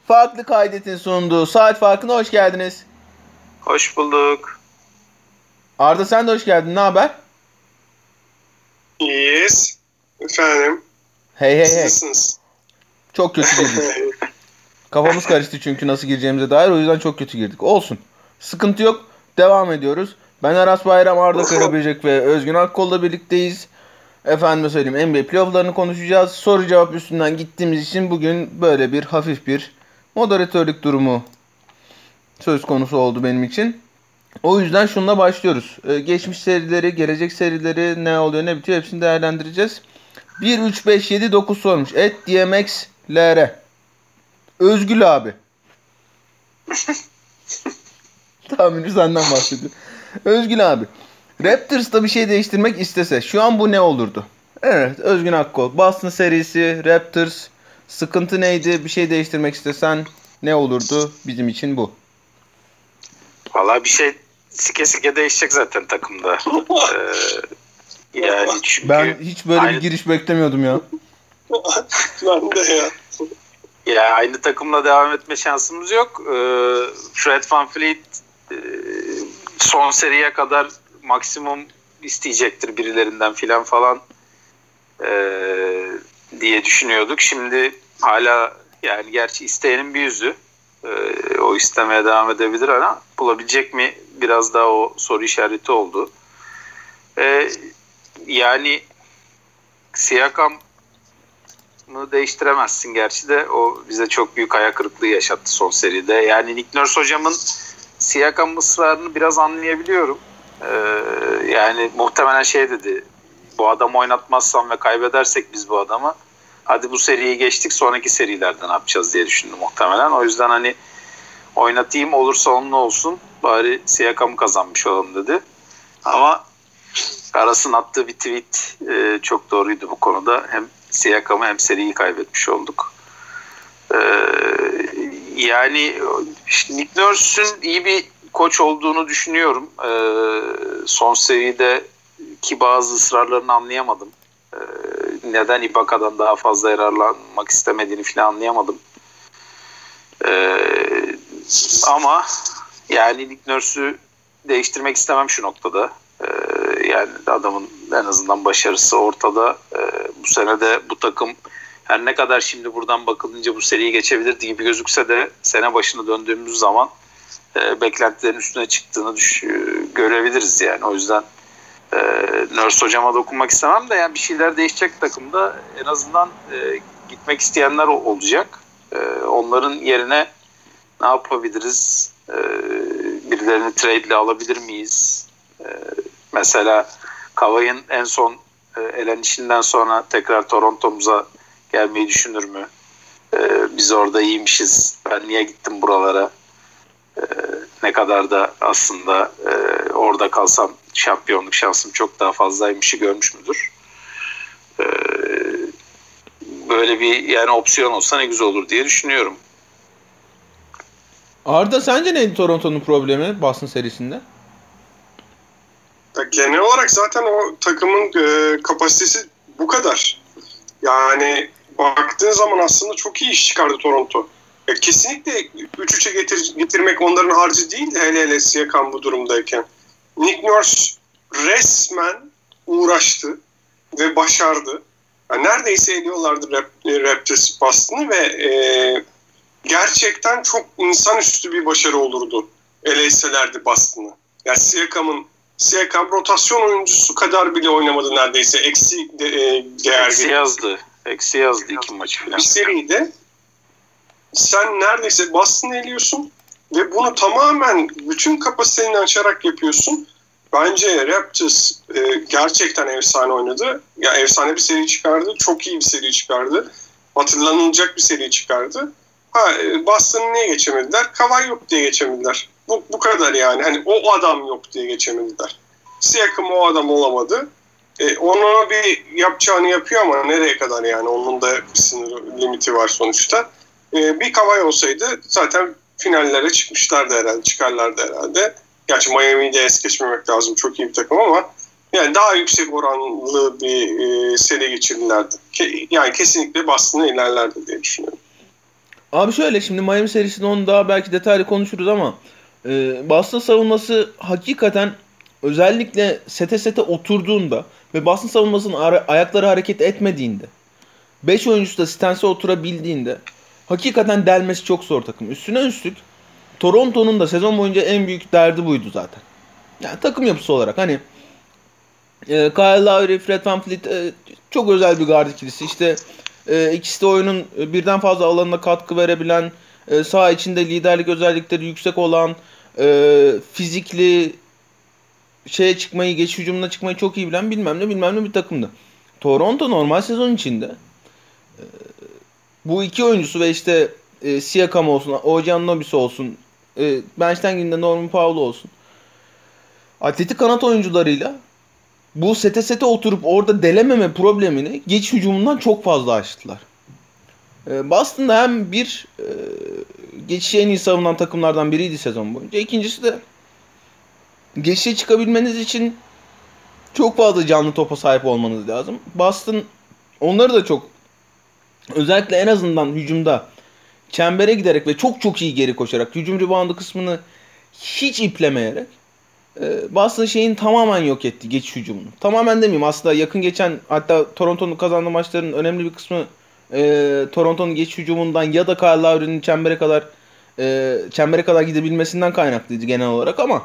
Farklı Kaydet'in sunduğu Saat Farkı'na hoş geldiniz. Hoş bulduk. Arda sen de hoş geldin. Ne haber? İyiyiz. Efendim. Hey. Nasılsınız? Çok kötü girdik. Kafamız karıştı çünkü nasıl gireceğimize dair. O yüzden çok kötü girdik. Olsun. Sıkıntı yok. Devam ediyoruz. Ben Aras Bayram, Arda Karaböcek ve Özgün Akkol'la birlikteyiz. Efendime söyleyeyim, NBA playoff'larını konuşacağız. Soru cevap üstünden gittiğimiz için bugün böyle bir hafif bir moderatörlük durumu söz konusu oldu benim için. O yüzden şununla başlıyoruz. Geçmiş serileri, gelecek serileri, ne oluyor ne bitiyor hepsini değerlendireceğiz. 1, 3, 5, 7, 9 sormuş. DMX LR. Özgül abi. Tahmini senden bahsediyor. Özgül abi. Raptors'ta bir şey değiştirmek istese şu an bu ne olurdu? Evet, Özgün Akkol. Boston serisi, Raptors. Sıkıntı neydi? Bir şey değiştirmek istesen ne olurdu? Bizim için bu. Vallahi bir şey sike değişecek zaten takımda. Yani çünkü ben hiç böyle bir giriş beklemiyordum ya. Ben de ya. Ya aynı takımla devam etme şansımız yok. Fred VanVleet son seriye kadar maksimum isteyecektir birilerinden falan diye düşünüyorduk. Şimdi hala yani gerçi isteyenin bir yüzü. O istemeye devam edebilir ama bulabilecek mi biraz daha o soru işareti oldu. Yani Siakam'ı değiştiremezsin gerçi de o bize çok büyük hayal kırıklığı yaşattı son seride. Yani Nick Nurse hocamın Siakam ısrarını biraz anlayabiliyorum. Yani muhtemelen şey dedi, bu adamı oynatmazsam ve kaybedersek biz bu adamı, hadi bu seriyi geçtik sonraki serilerde ne yapacağız diye düşündüm muhtemelen. O yüzden hani oynatayım, olursa onunla olsun, bari Siakam'ı kazanmış olalım dedi. Ama Aras'ın attığı bir tweet çok doğruydu bu konuda. Hem Siakam'ı hem seriyi kaybetmiş olduk. Yani işte Nick Nurse'ün iyi bir koç olduğunu düşünüyorum. Son seride bazı ısrarlarını anlayamadım. Neden Ibaka'dan daha fazla yararlanmak istemediğini falan anlayamadım. Ama yani Nick Nurse'ü değiştirmek istemem şu noktada. Yani adamın en azından başarısı ortada. Bu sene de bu takım her ne kadar şimdi buradan bakılınca bu seriyi geçebilirdi gibi gözükse de sene başına döndüğümüz zaman beklentilerin üstüne çıktığını görebiliriz yani. O yüzden Nurse hocama dokunmak istemem de yani bir şeyler değişecek takımda. En azından gitmek isteyenler olacak. Onların yerine ne yapabiliriz? Birilerini trade ile alabilir miyiz? Mesela Kawhi'nin en son elenişinden sonra tekrar Toronto'muza gelmeyi düşünür mü? Biz orada iyiymişiz. Ben niye gittim buralara? Ne kadar da aslında orada kalsam şampiyonluk şansım çok daha fazlaymışı görmüş müdür? Böyle bir yani opsiyon olsa ne güzel olur diye düşünüyorum. Arda sence neydi Toronto'nun problemi Boston serisinde? Genel olarak zaten o takımın kapasitesi bu kadar. Yani baktığın zaman aslında çok iyi iş çıkardı Toronto. Kesinlikle 3-3'e getirmek onların harcı değil de hele Siakam bu durumdayken. Nick Nurse resmen uğraştı ve başardı. Yani neredeyse eliyorlardı Raptors Boston'ı ve gerçekten çok insanüstü bir başarı olurdu eleyselerdi Boston'ı. Yani Siakam rotasyon oyuncusu kadar bile oynamadı neredeyse. Eksi yazdı. Eksi yazdı iki maçı falan. Bir seride sen neredeyse Boston'ı eliyorsun ve bunu tamamen bütün kapasiteni açarak yapıyorsun. Bence Raptors gerçekten efsane oynadı. Ya efsane bir seri çıkardı. Çok iyi bir seri çıkardı. Hatırlanılacak bir seri çıkardı. Boston'ı niye geçemediler? Kawhi yok diye geçemediler. Bu kadar yani. Hani o adam yok diye geçemediler. Siakam o adam olamadı. Ona bir yapacağını yapıyor ama nereye kadar yani? Onun da bir sınır limiti var sonuçta. Bir Kawhi olsaydı zaten finallere çıkmışlardı herhalde. Çıkarlardı herhalde. Gerçi Miami'yi de es geçmemek lazım. Çok iyi bir takım ama yani daha yüksek oranlı bir seri geçirdilerdi. Yani kesinlikle Boston'a ilerlerdi diye düşünüyorum. Abi şöyle, şimdi Miami serisinde onu daha belki detaylı konuşuruz ama Boston savunması hakikaten özellikle sete oturduğunda ve Boston savunmasının ayakları hareket etmediğinde, 5 oyuncusu da stance'e oturabildiğinde hakikaten delmesi çok zor takım. Üstüne üstlük Toronto'nun da sezon boyunca en büyük derdi buydu zaten. Yani takım yapısı olarak hani Kyle Lowry, Fred VanVleet çok özel bir guard ikilisi. İşte ikisi de oyunun birden fazla alanına katkı verebilen, saha içinde liderlik özellikleri yüksek olan, fizikli geçiş hücumuna çıkmayı çok iyi bilen bilmem ne bir takımdı. Toronto normal sezon içinde bu iki oyuncusu ve işte Siakam olsun, OG Anunoby olsun, bench'ten girdiğinde Norman Powell olsun, atletik kanat oyuncularıyla bu sete oturup orada delememe problemini geç hücumundan çok fazla açtılar. Boston'da hem geçişi en iyi savunan takımlardan biriydi sezon boyunca. İkincisi de geçişe çıkabilmeniz için çok fazla canlı topa sahip olmanız lazım. Boston onları da çok, özellikle en azından hücumda çembere giderek ve çok iyi geri koşarak, hücum reboundu kısmını hiç iplemeyerek Boston tamamen yok etti geçiş hücumunu. Tamamen demeyeyim, aslında yakın geçen, hatta Toronto'nun kazandığı maçların önemli bir kısmı Toronto'nun geçiş hücumundan ya da Kyle Lowry'nin çembere kadar gidebilmesinden kaynaklıydı genel olarak ama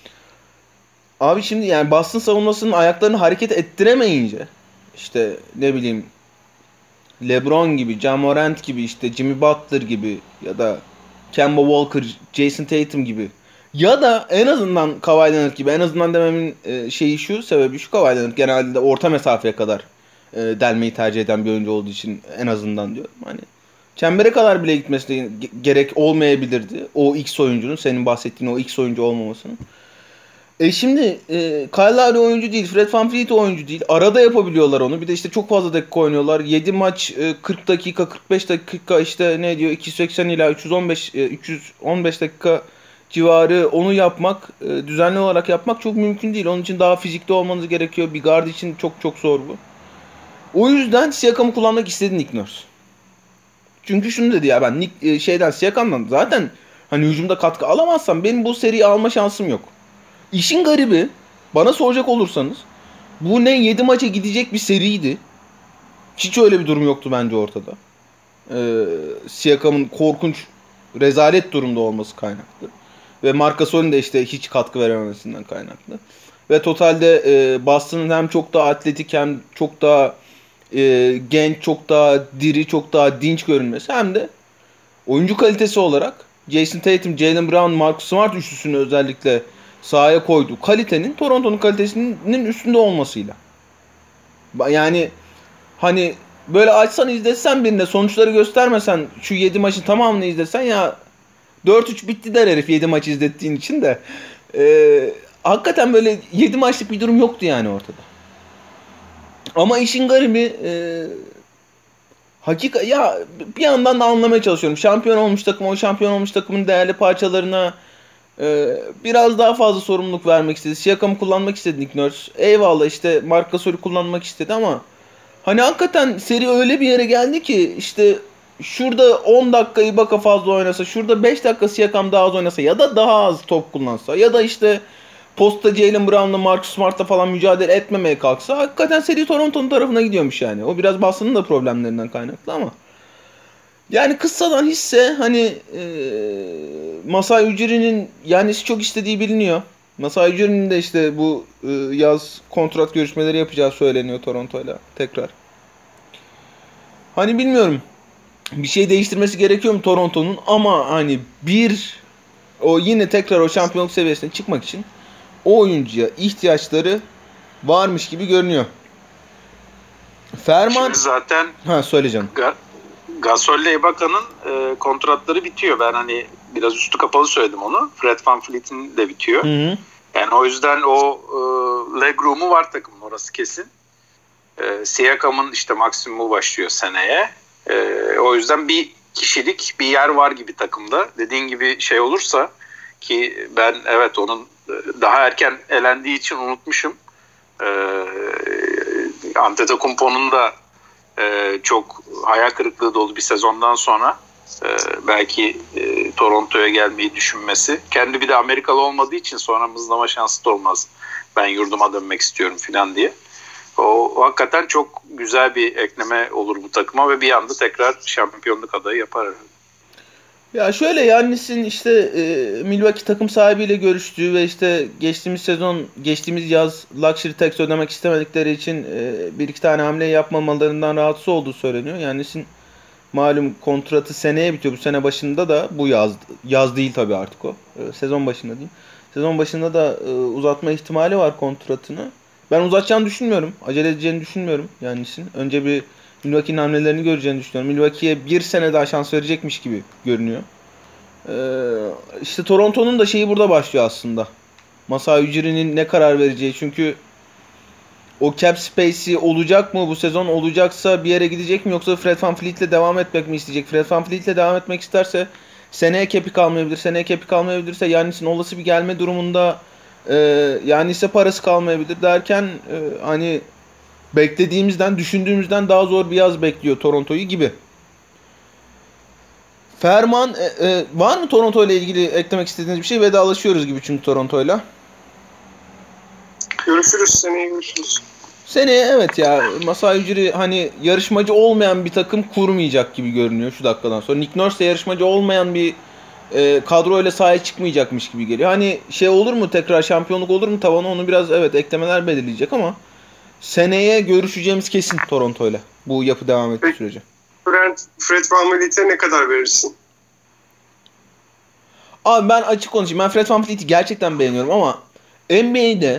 abi şimdi yani Boston savunmasının ayaklarını hareket ettiremeyince, işte ne bileyim LeBron gibi, Ja Morant gibi, işte Jimmy Butler gibi ya da Kemba Walker, Jason Tatum gibi ya da en azından Kawhi Leonard gibi, en azından dememin sebebi şu: Kawhi Leonard genelde de orta mesafeye kadar delmeyi tercih eden bir oyuncu olduğu için en azından diyorum. Hani çembere kadar bile gitmesine gerek olmayabilirdi o X oyuncunun, senin bahsettiğin o X oyuncu olmamasının. Şimdi Kyle Lowry oyuncu değil, Fred VanVleet oyuncu değil. Arada yapabiliyorlar onu. Bir de işte çok fazla dakika oynuyorlar. 7 maç 40 dakika, 45 dakika, işte ne diyor, 280 ila 315 dakika civarı onu yapmak, düzenli olarak yapmak çok mümkün değil. Onun için daha fizikli olmanız gerekiyor. Bir guard için çok zor bu. O yüzden Siakam'ı kullanmak istedi Nick Nurse. Çünkü şunu dedi ya, ben Siakam'dan zaten hani hücumda katkı alamazsam benim bu seriyi alma şansım yok. İşin garibi, bana soracak olursanız, bu ne 7 maça gidecek bir seriydi. Hiç öyle bir durum yoktu bence ortada. Siakam'ın korkunç, rezalet durumda olması kaynaklı. Ve Marc Gasol'ün de işte hiç katkı verememesinden kaynaklı. Ve totalde Boston'ın hem çok daha atletik, hem çok daha genç, çok daha diri, çok daha dinç görünmesi, hem de oyuncu kalitesi olarak Jason Tatum, Jaylen Brown, Marcus Smart üçlüsünü özellikle sahaya koyduğu kalitenin Toronto'nun kalitesinin üstünde olmasıyla. Yani hani böyle açsan izlesen, birine sonuçları göstermesen, şu 7 maçın tamamını izlesen, ya 4-3 bitti der herif 7 maç izlettiğin için de. Hakikaten böyle 7 maçlık bir durum yoktu yani ortada. Ama işin garibi ya bir yandan da anlamaya çalışıyorum. Şampiyon olmuş takım, o şampiyon olmuş takımın değerli parçalarına biraz daha fazla sorumluluk vermek istedi. Siakam'ı kullanmak istedi Nick Nurse. Eyvallah, işte Marc Gasol'ü kullanmak istedi ama hani hakikaten seri öyle bir yere geldi ki, işte şurada 10 dakika Ibaka fazla oynasa, şurada 5 dakika Siakam daha az oynasa ya da daha az top kullansa ya da işte posta Jaylen Brown'la Marcus Smart'la falan mücadele etmemeye kalksa, hakikaten seri Toronto'nun tarafına gidiyormuş yani. O biraz Boston'ın da problemlerinden kaynaklı ama yani kıssadan hisse hani Masai Ujiri'nin yani çok istediği biliniyor. Masai Ujiri'nin de işte bu yaz kontrat görüşmeleri yapacağı söyleniyor Toronto'yla tekrar. Hani bilmiyorum, bir şey değiştirmesi gerekiyor mu Toronto'nun, ama hani yine tekrar o şampiyonluk seviyesine çıkmak için o oyuncuya ihtiyaçları varmış gibi görünüyor. Ferman... Şimdi zaten söyle canım. Gasol'le Ibaka'nın kontratları bitiyor. Ben hani biraz üstü kapalı söyledim onu. Fred VanVleet'in de bitiyor. Hı. Yani o yüzden o legroom'u var takımın, orası kesin. Siakam'ın işte maksimumu başlıyor seneye. O yüzden bir kişilik bir yer var gibi takımda. Dediğin gibi şey olursa, ki ben evet onun daha erken elendiği için unutmuşum. Antetokounmpo'nun da çok hayal kırıklığı dolu bir sezondan sonra Belki Toronto'ya gelmeyi düşünmesi. Kendi bir de Amerikalı olmadığı için sonra mızlama şansı da olmaz. Ben yurduma dönmek istiyorum falan diye. O hakikaten çok güzel bir ekleme olur bu takıma ve bir anda tekrar şampiyonluk adayı yapar. Ya şöyle, Yannis'in işte Milwaukee takım sahibiyle görüştüğü ve işte geçtiğimiz yaz luxury tax ödemek istemedikleri için bir iki tane hamle yapmamalarından rahatsız olduğu söyleniyor. Yannis'in malum kontratı seneye bitiyor. Bu sene başında da, bu yaz değil tabii artık o. Sezon başında diyeyim. Sezon başında da uzatma ihtimali var kontratını. Ben uzatacağını düşünmüyorum. Acele edeceğini düşünmüyorum Yannis'in. Önce bir Milwaukee'nin hamlelerini göreceğini düşünüyorum. Milwaukee'ye bir sene daha şans verecekmiş gibi görünüyor. İşte Toronto'nun da şeyi burada başlıyor aslında. Masai Ujiri'nin ne karar vereceği. Çünkü o cap space'i olacak mı bu sezon? Olacaksa bir yere gidecek mi, yoksa Fred VanVleet'le devam etmek mi isteyecek? Fred VanVleet'le devam etmek isterse seneye cap'i kalmayabilir. Seneye cap'i kalmayabilirse Yannis'in olası bir gelme durumunda Yannis'e parası kalmayabilir derken hani beklediğimizden, düşündüğümüzden daha zor bir yaz bekliyor Toronto'yu gibi. Ferman, var mı Toronto ile ilgili eklemek istediğiniz bir şey? Vedalaşıyoruz gibi çünkü Toronto'yla. Görüşürüz, seneye görüşürüz. Seneye evet ya, Masai Ujiri hani yarışmacı olmayan bir takım kurmayacak gibi görünüyor şu dakikadan sonra. Nick Nurse de yarışmacı olmayan bir kadroyla sahaya çıkmayacakmış gibi geliyor. Hani şey olur mu, tekrar şampiyonluk olur mu tavanı, onu biraz evet eklemeler belirleyecek ama seneye görüşeceğimiz kesin Toronto'yla bu yapı devam ettiği sürece. Fred VanVleet'e ne kadar verirsin? Abi ben açık konuşayım. Ben Fred VanVleet'i gerçekten beğeniyorum ama NBA'de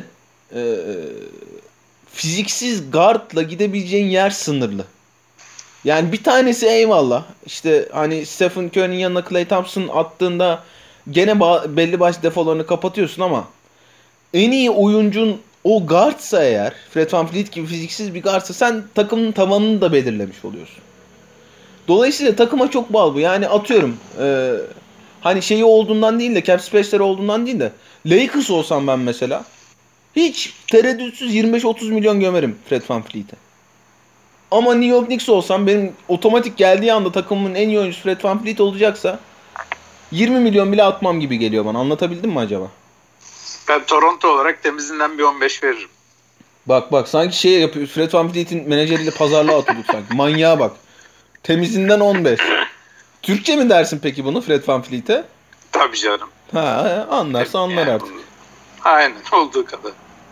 fiziksiz guardla gidebileceğin yer sınırlı. Yani bir tanesi eyvallah. İşte hani Stephen Curry'nin yanına Klay Thompson attığında gene belli başlı defolarını kapatıyorsun ama en iyi oyuncun o guardsa eğer, Fred VanVleet gibi fiziksiz bir guardsa, sen takımın tavanını da belirlemiş oluyorsun. Dolayısıyla takıma çok bağlı bu. Yani atıyorum hani şeyi olduğundan değil de, cap space'leri olduğundan değil de, Lakers olsam ben mesela hiç tereddütsüz 25-30 milyon gömerim Fred VanVleet'e. Ama New York Knicks olsam, benim otomatik geldiği anda takımımın en iyi oyuncusu Fred VanVleet olacaksa 20 milyon bile atmam gibi geliyor bana. Anlatabildim mi acaba? Ben Toronto olarak temizinden bir 15 veririm. Bak sanki şey yapıyor. Fred VanVleet'in menajeriyle pazarlığa atıyorduk sanki. Manyağa bak. Temizinden 15. Türkçe mi dersin peki bunu Fred VanVleet'e? Tabii canım. Ha, anlarsa anlar artık. Aynen, olduğu kadar.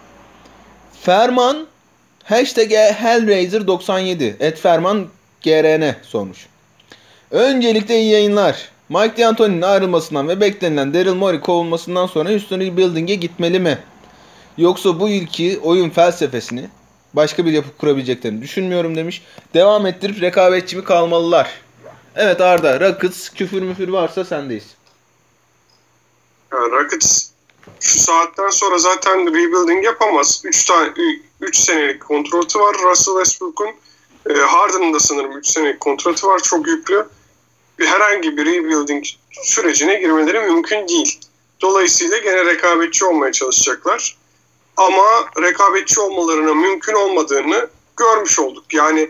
Ferman #Hellraiser97 @Ferman GRN sormuş. Öncelikle iyi yayınlar. Mike D'Antoni'nin ayrılmasından ve beklenilen Daryl Morey kovulmasından sonra Houston Rebuilding'e gitmeli mi? Yoksa bu ilki oyun felsefesini başka bir yapı kurabileceklerini düşünmüyorum demiş. Devam ettirip rekabetçi mi kalmalılar? Evet Arda, Rockets küfür müfür varsa sendeyiz. Yani Rockets şu saatten sonra zaten rebuilding yapamaz. 3 senelik kontratı var Russell Westbrook'un. Harden'ın da sanırım 3 senelik kontratı var, çok yüklü. Herhangi bir rebuilding sürecine girmeleri mümkün değil. Dolayısıyla gene rekabetçi olmaya çalışacaklar. Ama rekabetçi olmalarının mümkün olmadığını görmüş olduk. Yani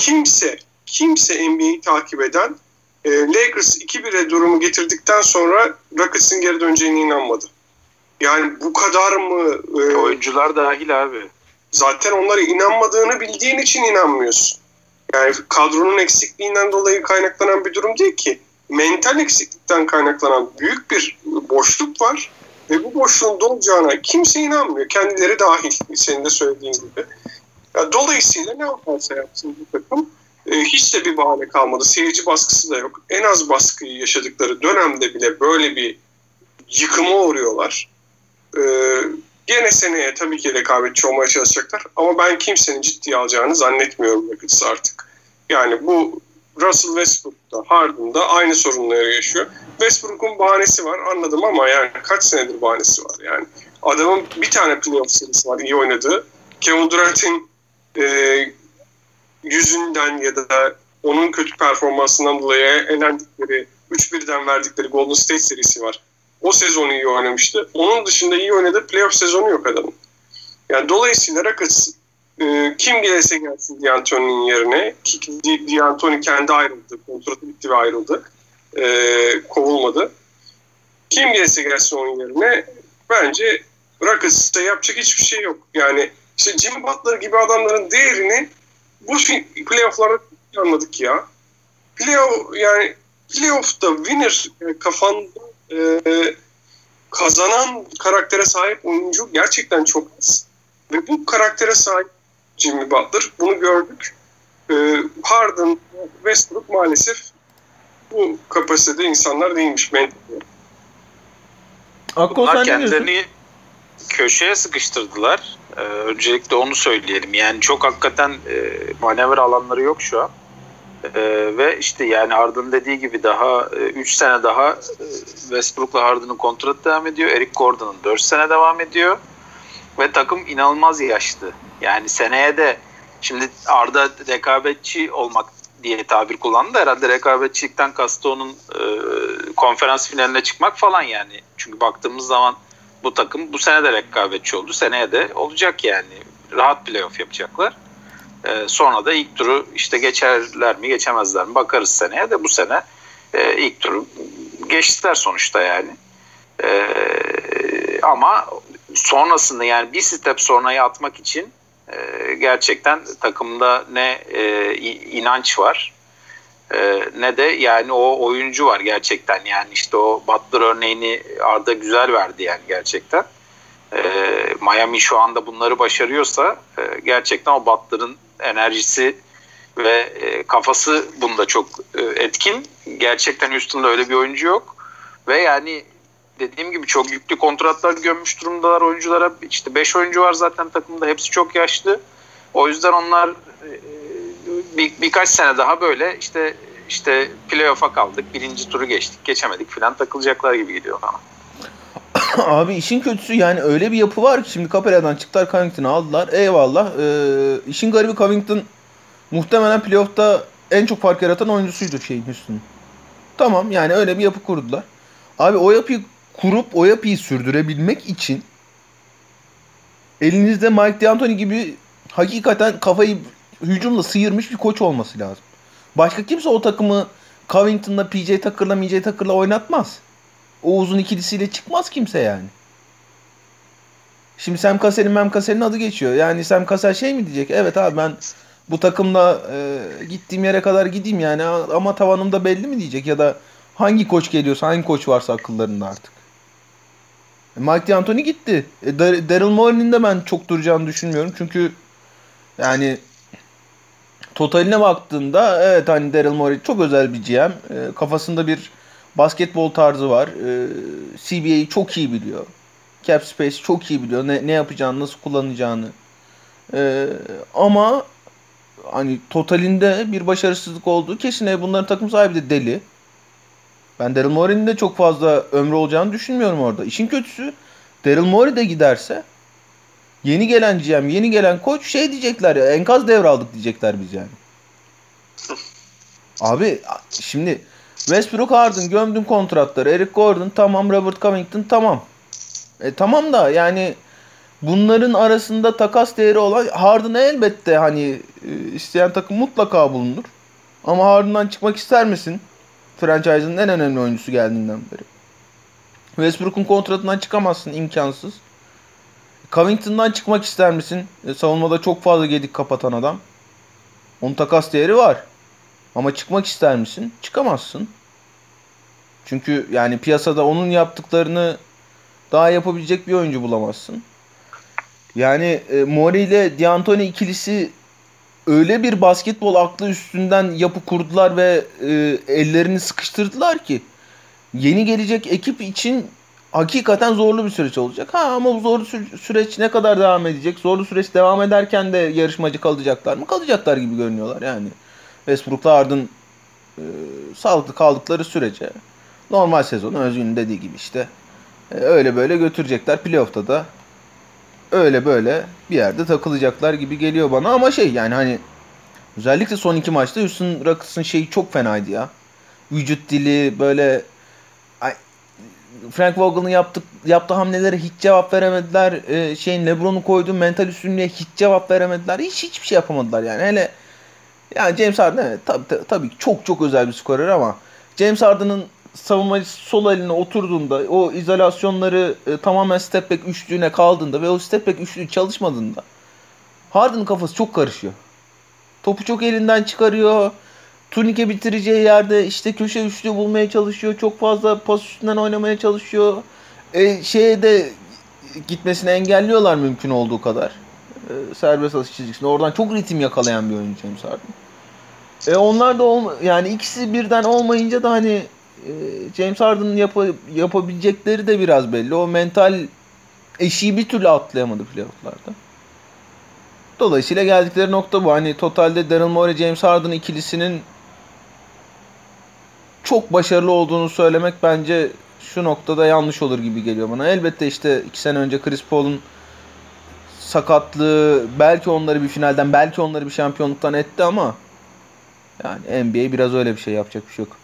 kimse NBA'yi takip eden Lakers 2-1'e durumu getirdikten sonra Rockets'ın geri döneceğine inanmadı. Yani bu kadar mı? Oyuncular dahil abi. Zaten onlara inanmadığını bildiğin için inanmıyorsun. Yani kadronun eksikliğinden dolayı kaynaklanan bir durum değil ki. Mental eksiklikten kaynaklanan büyük bir boşluk var. Ve bu boşluğun dolacağına kimse inanmıyor. Kendileri dahil, senin de söylediğin gibi. Yani dolayısıyla ne yaparsa yapsın bu takım hiç de bir bahane kalmadı. Seyirci baskısı da yok. En az baskıyı yaşadıkları dönemde bile böyle bir yıkıma uğruyorlar. Gene seneye tabii ki rekabetçi olmaya çalışacaklar. Ama ben kimsenin ciddiye alacağını zannetmiyorum Rockets artık. Yani bu Russell Westbrook'ta, Harden'da aynı sorunları yaşıyor. Westbrook'un bahanesi var anladım ama yani kaç senedir bahanesi var yani. Adamın bir tane playoff serisi var iyi oynadığı. Kevin Durant'in yüzünden ya da onun kötü performansından dolayı elendikleri, 3-1'den verdikleri Golden State serisi var. O sezonu iyi oynamıştı. Onun dışında iyi oynadığı playoff sezonu yok adamın. Yani dolayısıyla Rockets kim gelirse gelsin D'Antoni'nin yerine, ki D'Antoni kendi ayrıldı, kontratı bitti ve ayrıldı. kovulmadı. Kim gelsin onun yerine bence Rockets'ta yapacak hiçbir şey yok. Yani işte Jimmy Butler gibi adamların değerini bu playoff'larda anladık ya. Playoff'ta winner kafanda kazanan karaktere sahip oyuncu gerçekten çok az. Ve bu karaktere sahip Jimmy Butler. Bunu gördük. Harden, Westbrook maalesef bu kapasitede insanlar değilmiş. Bunlar kendilerini köşeye sıkıştırdılar. Öncelikle onu söyleyelim. Yani çok hakikaten manevra alanları yok şu an. Ve işte yani Harden dediği gibi daha 3 sene daha Westbrook'la Harden'ın kontratı devam ediyor. Eric Gordon'un 4 sene devam ediyor. Ve takım inanılmaz yaşlı. Yani seneye de şimdi Arda rekabetçi olmak diye tabir kullandı. Herhalde rekabetçilikten kastı onun konferans finaline çıkmak falan yani. Çünkü baktığımız zaman bu takım bu sene de rekabetçi oldu. Seneye de olacak yani. Rahat playoff yapacaklar. Sonra da ilk turu işte geçerler mi geçemezler mi bakarız seneye de bu sene ilk turu geçtiler sonuçta yani. Ama sonrasında yani bir step sonraya atmak için gerçekten takımda ne inanç var ne de yani o oyuncu var gerçekten yani işte o Butler örneğini Arda güzel verdi yani gerçekten. Miami şu anda bunları başarıyorsa gerçekten o Butler'ın enerjisi ve kafası bunda çok etkin. Gerçekten Houston'da öyle bir oyuncu yok. Ve yani dediğim gibi çok yüklü kontratlar gömmüş durumdalar oyunculara. İşte 5 oyuncu var zaten takımda. Hepsi çok yaşlı. O yüzden onlar birkaç sene daha böyle işte playoff'a kaldık. Birinci turu geçtik. Geçemedik falan takılacaklar gibi gidiyor bana. Abi işin kötüsü yani öyle bir yapı var ki şimdi Capella'dan çıktılar Covington'ı aldılar. Eyvallah. İşin garibi Covington muhtemelen playoff'ta en çok fark yaratan oyuncusuydu Houston'un. Tamam yani öyle bir yapı kurdular. Abi o yapıyı kurup o yapıyı sürdürebilmek için elinizde Mike D'Antoni gibi hakikaten kafayı hücumla sıyırmış bir koç olması lazım. Başka kimse o takımı Covington'la, PJ Tucker'la oynatmaz. O uzun ikilisiyle çıkmaz kimse yani. Şimdi Sam Cassell'in adı geçiyor. Yani Sam Cassell şey mi diyecek? Evet abi ben bu takımla gittiğim yere kadar gideyim yani ama tavanım da belli mi diyecek? Ya da hangi koç geliyorsa, hangi koç varsa akıllarında artık. Mike D'Antoni gitti. Daryl Morey'nin de ben çok duracağını düşünmüyorum. Çünkü yani totaline baktığında evet hani Daryl Morey çok özel bir GM. Kafasında bir basketbol tarzı var. CBA'yi çok iyi biliyor. Cap space çok iyi biliyor. Ne yapacağını, nasıl kullanacağını. Ama hani totalinde bir başarısızlık olduğu kesin. Bunların takım sahibi de deli. Ben Daryl Morey'nin de çok fazla ömrü olacağını düşünmüyorum orada. İşin kötüsü Daryl Morey de giderse yeni gelen GM, yeni gelen koç şey diyecekler ya enkaz devraldık diyecekler biz yani. Abi şimdi Westbrook, Harden gömdün kontratları. Eric Gordon tamam, Robert Covington tamam. Tamam da yani bunların arasında takas değeri olan Harden'a elbette hani isteyen takım mutlaka bulunur. Ama Harden'dan çıkmak ister misin? Franchise'ın en önemli oyuncusu geldiğinden beri. Westbrook'un kontratından çıkamazsın, imkansız. Covington'dan çıkmak ister misin? Savunmada çok fazla gedik kapatan adam. Onun takas değeri var. Ama çıkmak ister misin? Çıkamazsın. Çünkü yani piyasada onun yaptıklarını daha yapabilecek bir oyuncu bulamazsın. Yani Morey ile D'Antoni ikilisi öyle bir basketbol aklı üstünden yapı kurdular ve ellerini sıkıştırdılar ki yeni gelecek ekip için hakikaten zorlu bir süreç olacak. Ama bu zorlu süreç ne kadar devam edecek? Zorlu süreç devam ederken de yarışmacı kalacaklar mı? Kalacaklar gibi görünüyorlar yani. Westbrook'la Harden sağlıklı kaldıkları sürece normal sezonu Özgün'ün dediği gibi işte öyle böyle götürecekler. Playoff'ta da öyle böyle bir yerde takılacaklar gibi geliyor bana. Ama yani hani özellikle son 2 maçta Houston Rockets'ın şeyi çok fenaydı ya. Vücut dili böyle Frank Vogel'ın yaptığı hamlelere hiç cevap veremediler. LeBron'un koyduğu mental üstünlüğe hiç cevap veremediler. Hiçbir şey yapamadılar yani. Hele yani James Harden evet tabii çok çok özel bir skorer ama James Harden'ın savunma sol eline oturduğunda, o izolasyonları tamamen step back üçlüğüne kaldığında ve o step back üçlüğü çalışmadığında Harden'ın kafası çok karışıyor. Topu çok elinden çıkarıyor. Turnike bitireceği yerde işte köşe üçlüğü bulmaya çalışıyor. Çok fazla pas üstünden oynamaya çalışıyor. Şeye de gitmesini engelliyorlar mümkün olduğu kadar. Serbest atış çizgisinde. Oradan çok ritim yakalayan bir oyuncu James Harden. Onlar da yani ikisi birden olmayınca da hani James Harden'ın yapabilecekleri de biraz belli. O mental eşiği bir türlü atlayamadı playoff'larda. Dolayısıyla geldikleri nokta bu. Hani totalde Daryl Morey, James Harden ikilisinin çok başarılı olduğunu söylemek bence şu noktada yanlış olur gibi geliyor bana. Elbette işte 2 sene önce Chris Paul'un sakatlığı belki onları bir finalden, belki onları bir şampiyonluktan etti ama yani NBA biraz öyle bir şey, yapacak bir şey yok.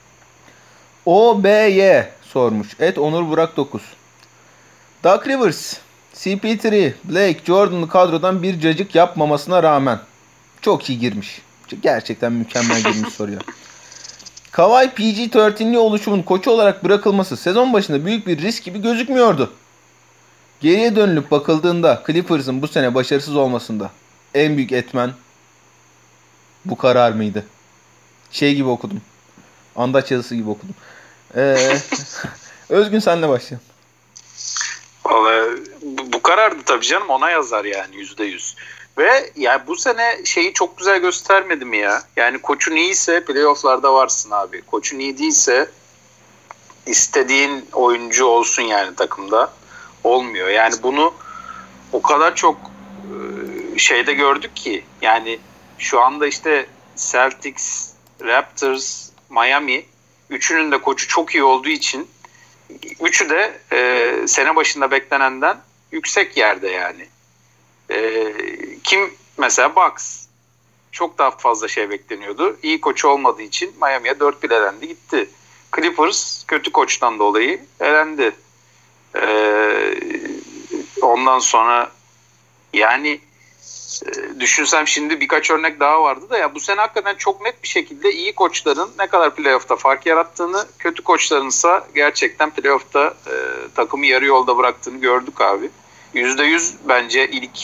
OBY sormuş. Onur Burak 9. Doug Rivers, CP3, Blake, Jordan'lı kadrodan bir cacık yapmamasına rağmen çok iyi girmiş. Gerçekten mükemmel girmiş soruyor. Kawhi PG-13'li oluşumun koçu olarak bırakılması sezon başında büyük bir risk gibi gözükmüyordu. Geriye dönülüp bakıldığında Clippers'ın bu sene başarısız olmasında en büyük etmen bu karar mıydı? Şey gibi okudum. Andaç yazısı gibi okudum. Özgün, senle başlayalım. Vallahi bu karardı tabii canım, ona yazar yani %100. Ve yani bu sene şeyi çok güzel göstermedi mi ya? Yani koçun iyiyse playoff'larda varsın abi. Koçun iyi değilse istediğin oyuncu olsun yani takımda olmuyor. Yani bunu o kadar çok şeyde gördük ki yani şu anda işte Celtics, Raptors, Miami üçünün de koçu çok iyi olduğu için üçü de sene başında beklenenden yüksek yerde yani. Kim mesela Bucks çok daha fazla şey bekleniyordu. İyi koçu olmadığı için Miami'ye 4-1 elendi gitti. Clippers kötü koçtan dolayı elendi. Ondan sonra yani düşünsem şimdi birkaç örnek daha vardı da ya bu sene hakikaten çok net bir şekilde iyi koçların ne kadar playoff'ta fark yarattığını, kötü koçlarınsa gerçekten playoff'ta takımı yarı yolda bıraktığını gördük abi. %100 bence ilk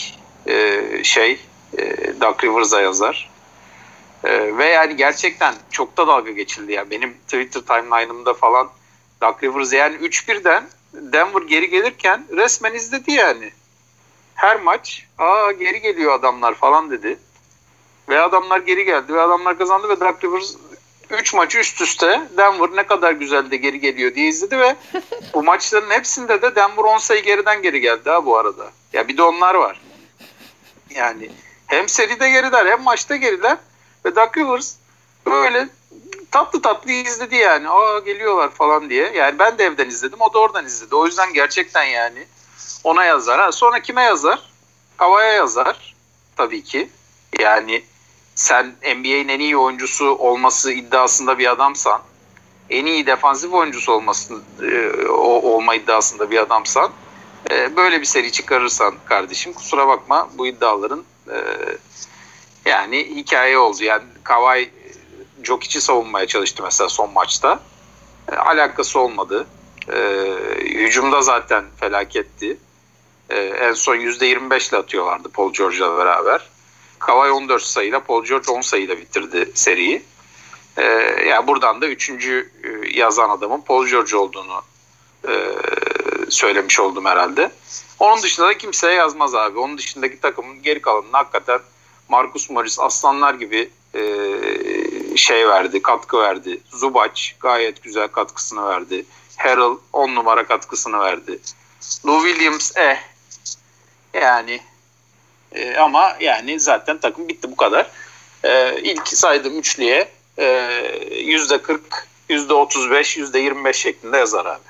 Doug Rivers'a yazar. Ve yani gerçekten çok da dalga geçildi ya. Benim Twitter timeline'ımda falan Doug Rivers yani 3-1'den Denver geri gelirken resmen izledi yani. Her maç geri geliyor adamlar falan dedi. Ve adamlar geri geldi ve adamlar kazandı ve Doug Rivers 3 maçı üst üste Denver ne kadar güzel de geri geliyor diye izledi ve bu maçların hepsinde de Denver 10 sayı geriden geri geldi ha bu arada. Ya bir de onlar var. Yani hem seride geriler hem maçta geriler ve Doug Rivers böyle tatlı tatlı izledi yani. Geliyorlar falan diye. Yani ben de evden izledim, o da oradan izledi. O yüzden gerçekten yani ona yazar. Sonra kime yazar? Kawhi'ye yazar tabii ki. Yani sen NBA'in en iyi oyuncusu olması iddiasında bir adamsan, en iyi defansif oyuncusu olma iddiasında bir adamsan, böyle bir seri çıkarırsan kardeşim kusura bakma, bu iddiaların yani hikaye oldu. Yani Kawhi Jokic'i savunmaya çalıştı mesela son maçta. Alakası olmadı. Hücumda zaten felaketti. En son %25 ile atıyorlardı Paul George'la beraber. Kawhi 14 sayıyla, Paul George 10 sayıyla bitirdi seriyi. Yani buradan da 3. yazan adamın Paul George olduğunu söylemiş oldum herhalde. Onun dışında da kimseye yazmaz abi. Onun dışındaki takımın geri kalanını hakikaten Marcus Morris aslanlar gibi katkı verdi. Zubac gayet güzel katkısını verdi. Harrell 10 numara katkısını verdi. Lou Williams yani ama yani zaten takım bitti, bu kadar. İlk saydığım üçlüye %40, %35, %25 şeklinde yazar abi.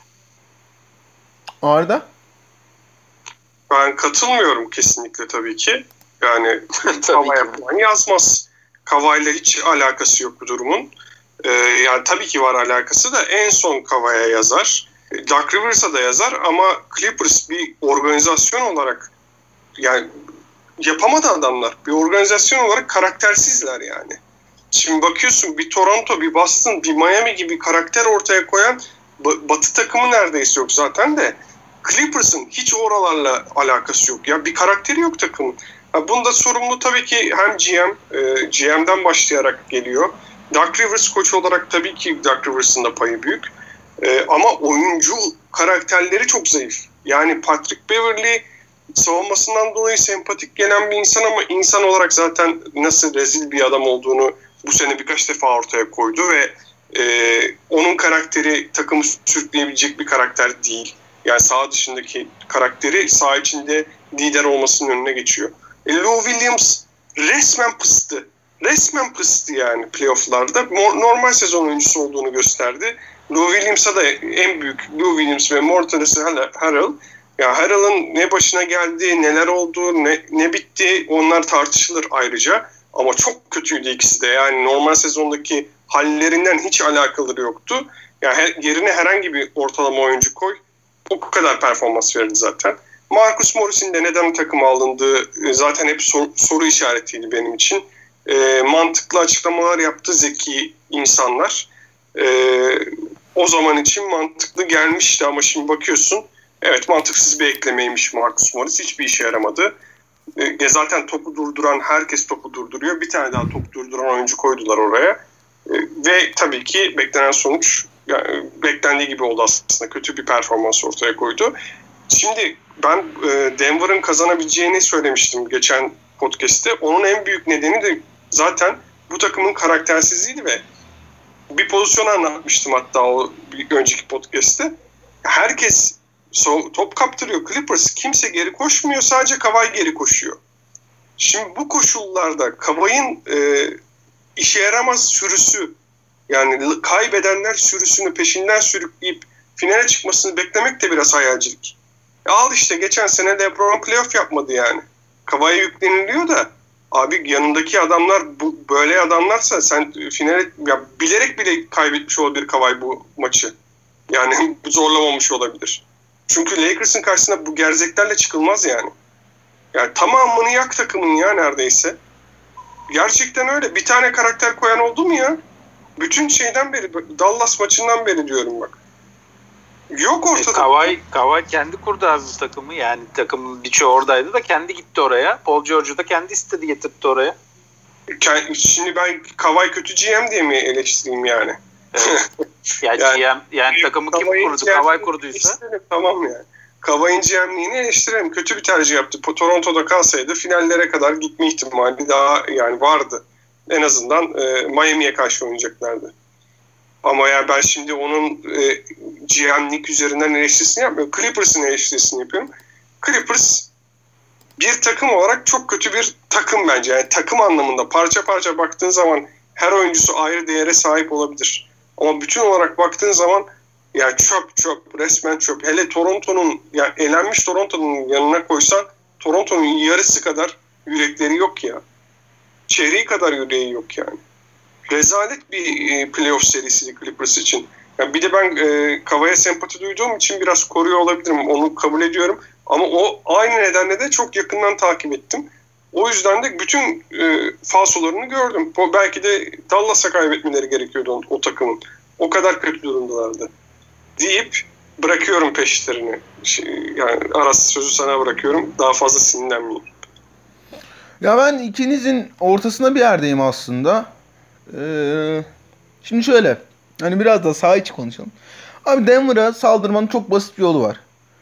Arda? Ben katılmıyorum kesinlikle tabii ki. Yani Kawhi'ye falan yazmaz. Kawhi'yle hiç alakası yok bu durumun. Yani tabii ki var alakası da en son Kawhi'ye yazar. Doug Rivers'a da yazar ama Clippers bir organizasyon olarak yani yapamadı adamlar. Bir organizasyon olarak karaktersizler yani. Şimdi bakıyorsun bir Toronto, bir Boston, bir Miami gibi karakter ortaya koyan Batı takımı neredeyse yok zaten de. Clippers'ın hiç oralarla alakası yok. Ya bir karakteri yok takımın. Bunda sorumlu tabii ki hem GM'den başlayarak geliyor. Doug Rivers koç olarak tabii ki Doug Rivers'ın da payı büyük. Ama oyuncu karakterleri çok zayıf. Yani Patrick Beverley savunmasından dolayı sempatik gelen bir insan ama insan olarak zaten nasıl rezil bir adam olduğunu bu sene birkaç defa ortaya koydu ve onun karakteri takımı sürükleyebilecek bir karakter değil. Yani saha dışındaki karakteri saha içinde lider olmasının önüne geçiyor. Lou Williams resmen pıstı. Resmen pıstı yani playoff'larda. Normal sezon oyuncusu olduğunu gösterdi. Lou Williams'a da en büyük Lou Williams ve Montrezl Harrell. Ya Harrell'ın ne başına geldi, neler oldu, ne bitti onlar tartışılır ayrıca. Ama çok kötüydü ikisi de. Yani normal sezondaki hallerinden hiç alakaları yoktu. Yani yerine herhangi bir ortalama oyuncu koy. O kadar performans verdi zaten. Marcus Morris'in de neden takıma alındığı zaten hep soru işaretiydi benim için. Mantıklı açıklamalar yaptı zeki insanlar. O zaman için mantıklı gelmişti ama şimdi bakıyorsun evet mantıksız bir eklemeymiş Marcus Morris. Hiçbir işe yaramadı. Zaten topu durduran herkes topu durduruyor. Bir tane daha topu durduran oyuncu koydular oraya. Ve tabii ki beklenen sonuç yani beklendiği gibi oldu aslında. Kötü bir performans ortaya koydu. Şimdi ben Denver'ın kazanabileceğini söylemiştim geçen podcast'te. Onun en büyük nedeni de zaten bu takımın karaktersizliğiydi ve bir pozisyon anlatmıştım hatta o bir önceki podcast'te. Herkes top kaptırıyor Clippers. Kimse geri koşmuyor. Sadece Kawhi geri koşuyor. Şimdi bu koşullarda Kawhi'nin işe yaramaz sürüsü yani kaybedenler sürüsünü peşinden sürükleyip finale çıkmasını beklemek de biraz hayalcilik. Al işte geçen sene LeBron playoff yapmadı yani. Kawhi'ye yükleniliyor da abi yanındaki adamlar böyle adamlarsa sen finale ya bilerek bile kaybetmiş olabilir Kawhi bu maçı. Yani zorlamamış olabilir. Çünkü Lakers'ın karşısına bu gerzeklerle çıkılmaz yani. Yani tamamını yak takımın ya neredeyse. Gerçekten öyle. Bir tane karakter koyan oldu mu ya? Bütün şeyden beri, Dallas maçından beri diyorum bak. Yok ortada. Kawhi kendi kurdu abi bu takımı. Yani takımın birçoğu oradaydı da kendi gitti oraya. Paul George'u da kendi istedi getirdi oraya. Şimdi ben Kawhi kötü GM diye mi eleştireyim yani? Evet. yani takımı kim kurdu? Kawhi kurduysa. Tamam yani. Kawhi'nin GM'liğini eleştirelim. Kötü bir tercih yaptı. Toronto'da kalsaydı finallere kadar gitme ihtimali daha yani vardı. En azından Miami'ye karşı oynayacaklardı. Ama ya ben şimdi onun GM'lik üzerinden eleştirisini yapmıyorum. Clippers'ın eleştirisini yapıyorum. Clippers bir takım olarak çok kötü bir takım bence. Yani takım anlamında parça parça baktığın zaman her oyuncusu ayrı değere sahip olabilir. Ama bütün olarak baktığın zaman ya çöp resmen çöp. Hele Toronto'nun yani elenmiş Toronto'nun yanına koysan Toronto'nun yarısı kadar yürekleri yok ya. Çeyreği kadar yüreği yok yani. Rezalet bir playoff serisi Clippers için. Yani bir de ben Kawhi'ye sempati duyduğum için biraz koruyor olabilirim. Onu kabul ediyorum. Ama o aynı nedenle de çok yakından takip ettim. O yüzden de bütün falsolarını gördüm. Belki de Dallas'a kaybetmeleri gerekiyordu o takımın. O kadar kötü durumdalardı. Deyip bırakıyorum peşlerini. Yani Aras sözü sana bırakıyorum. Daha fazla sinirlenmeyeyim. Ya ben ikinizin ortasında bir yerdeyim aslında. Şimdi şöyle. Hani biraz da saha içi konuşalım. Abi Denver'a saldırmanın çok basit bir yolu var.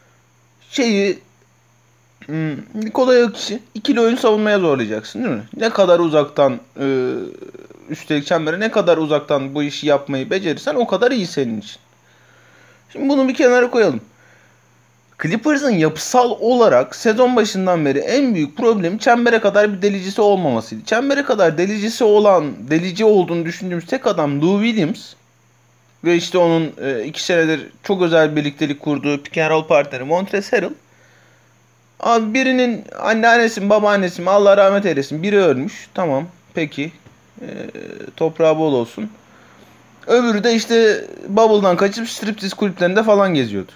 Nikola Jokic'i ikili oyun savunmaya zorlayacaksın değil mi? Ne kadar uzaktan üstelik çembere ne kadar uzaktan bu işi yapmayı becerirsen o kadar iyi senin için. Şimdi bunu bir kenara koyalım. Clippers'ın yapısal olarak sezon başından beri en büyük problemi çembere kadar bir delicisi olmamasıydı. Çembere kadar delici olduğunu düşündüğümüz tek adam Lou Williams ve işte onun 2 senedir çok özel birliktelik kurduğu pick and roll partneri Montrezl Harrell. Abi birinin anneannesi mi babaannesi mi Allah rahmet eylesin biri ölmüş. Tamam peki toprağı bol olsun. Öbürü de işte Bubble'dan kaçıp striptiz kulüplerinde falan geziyordu.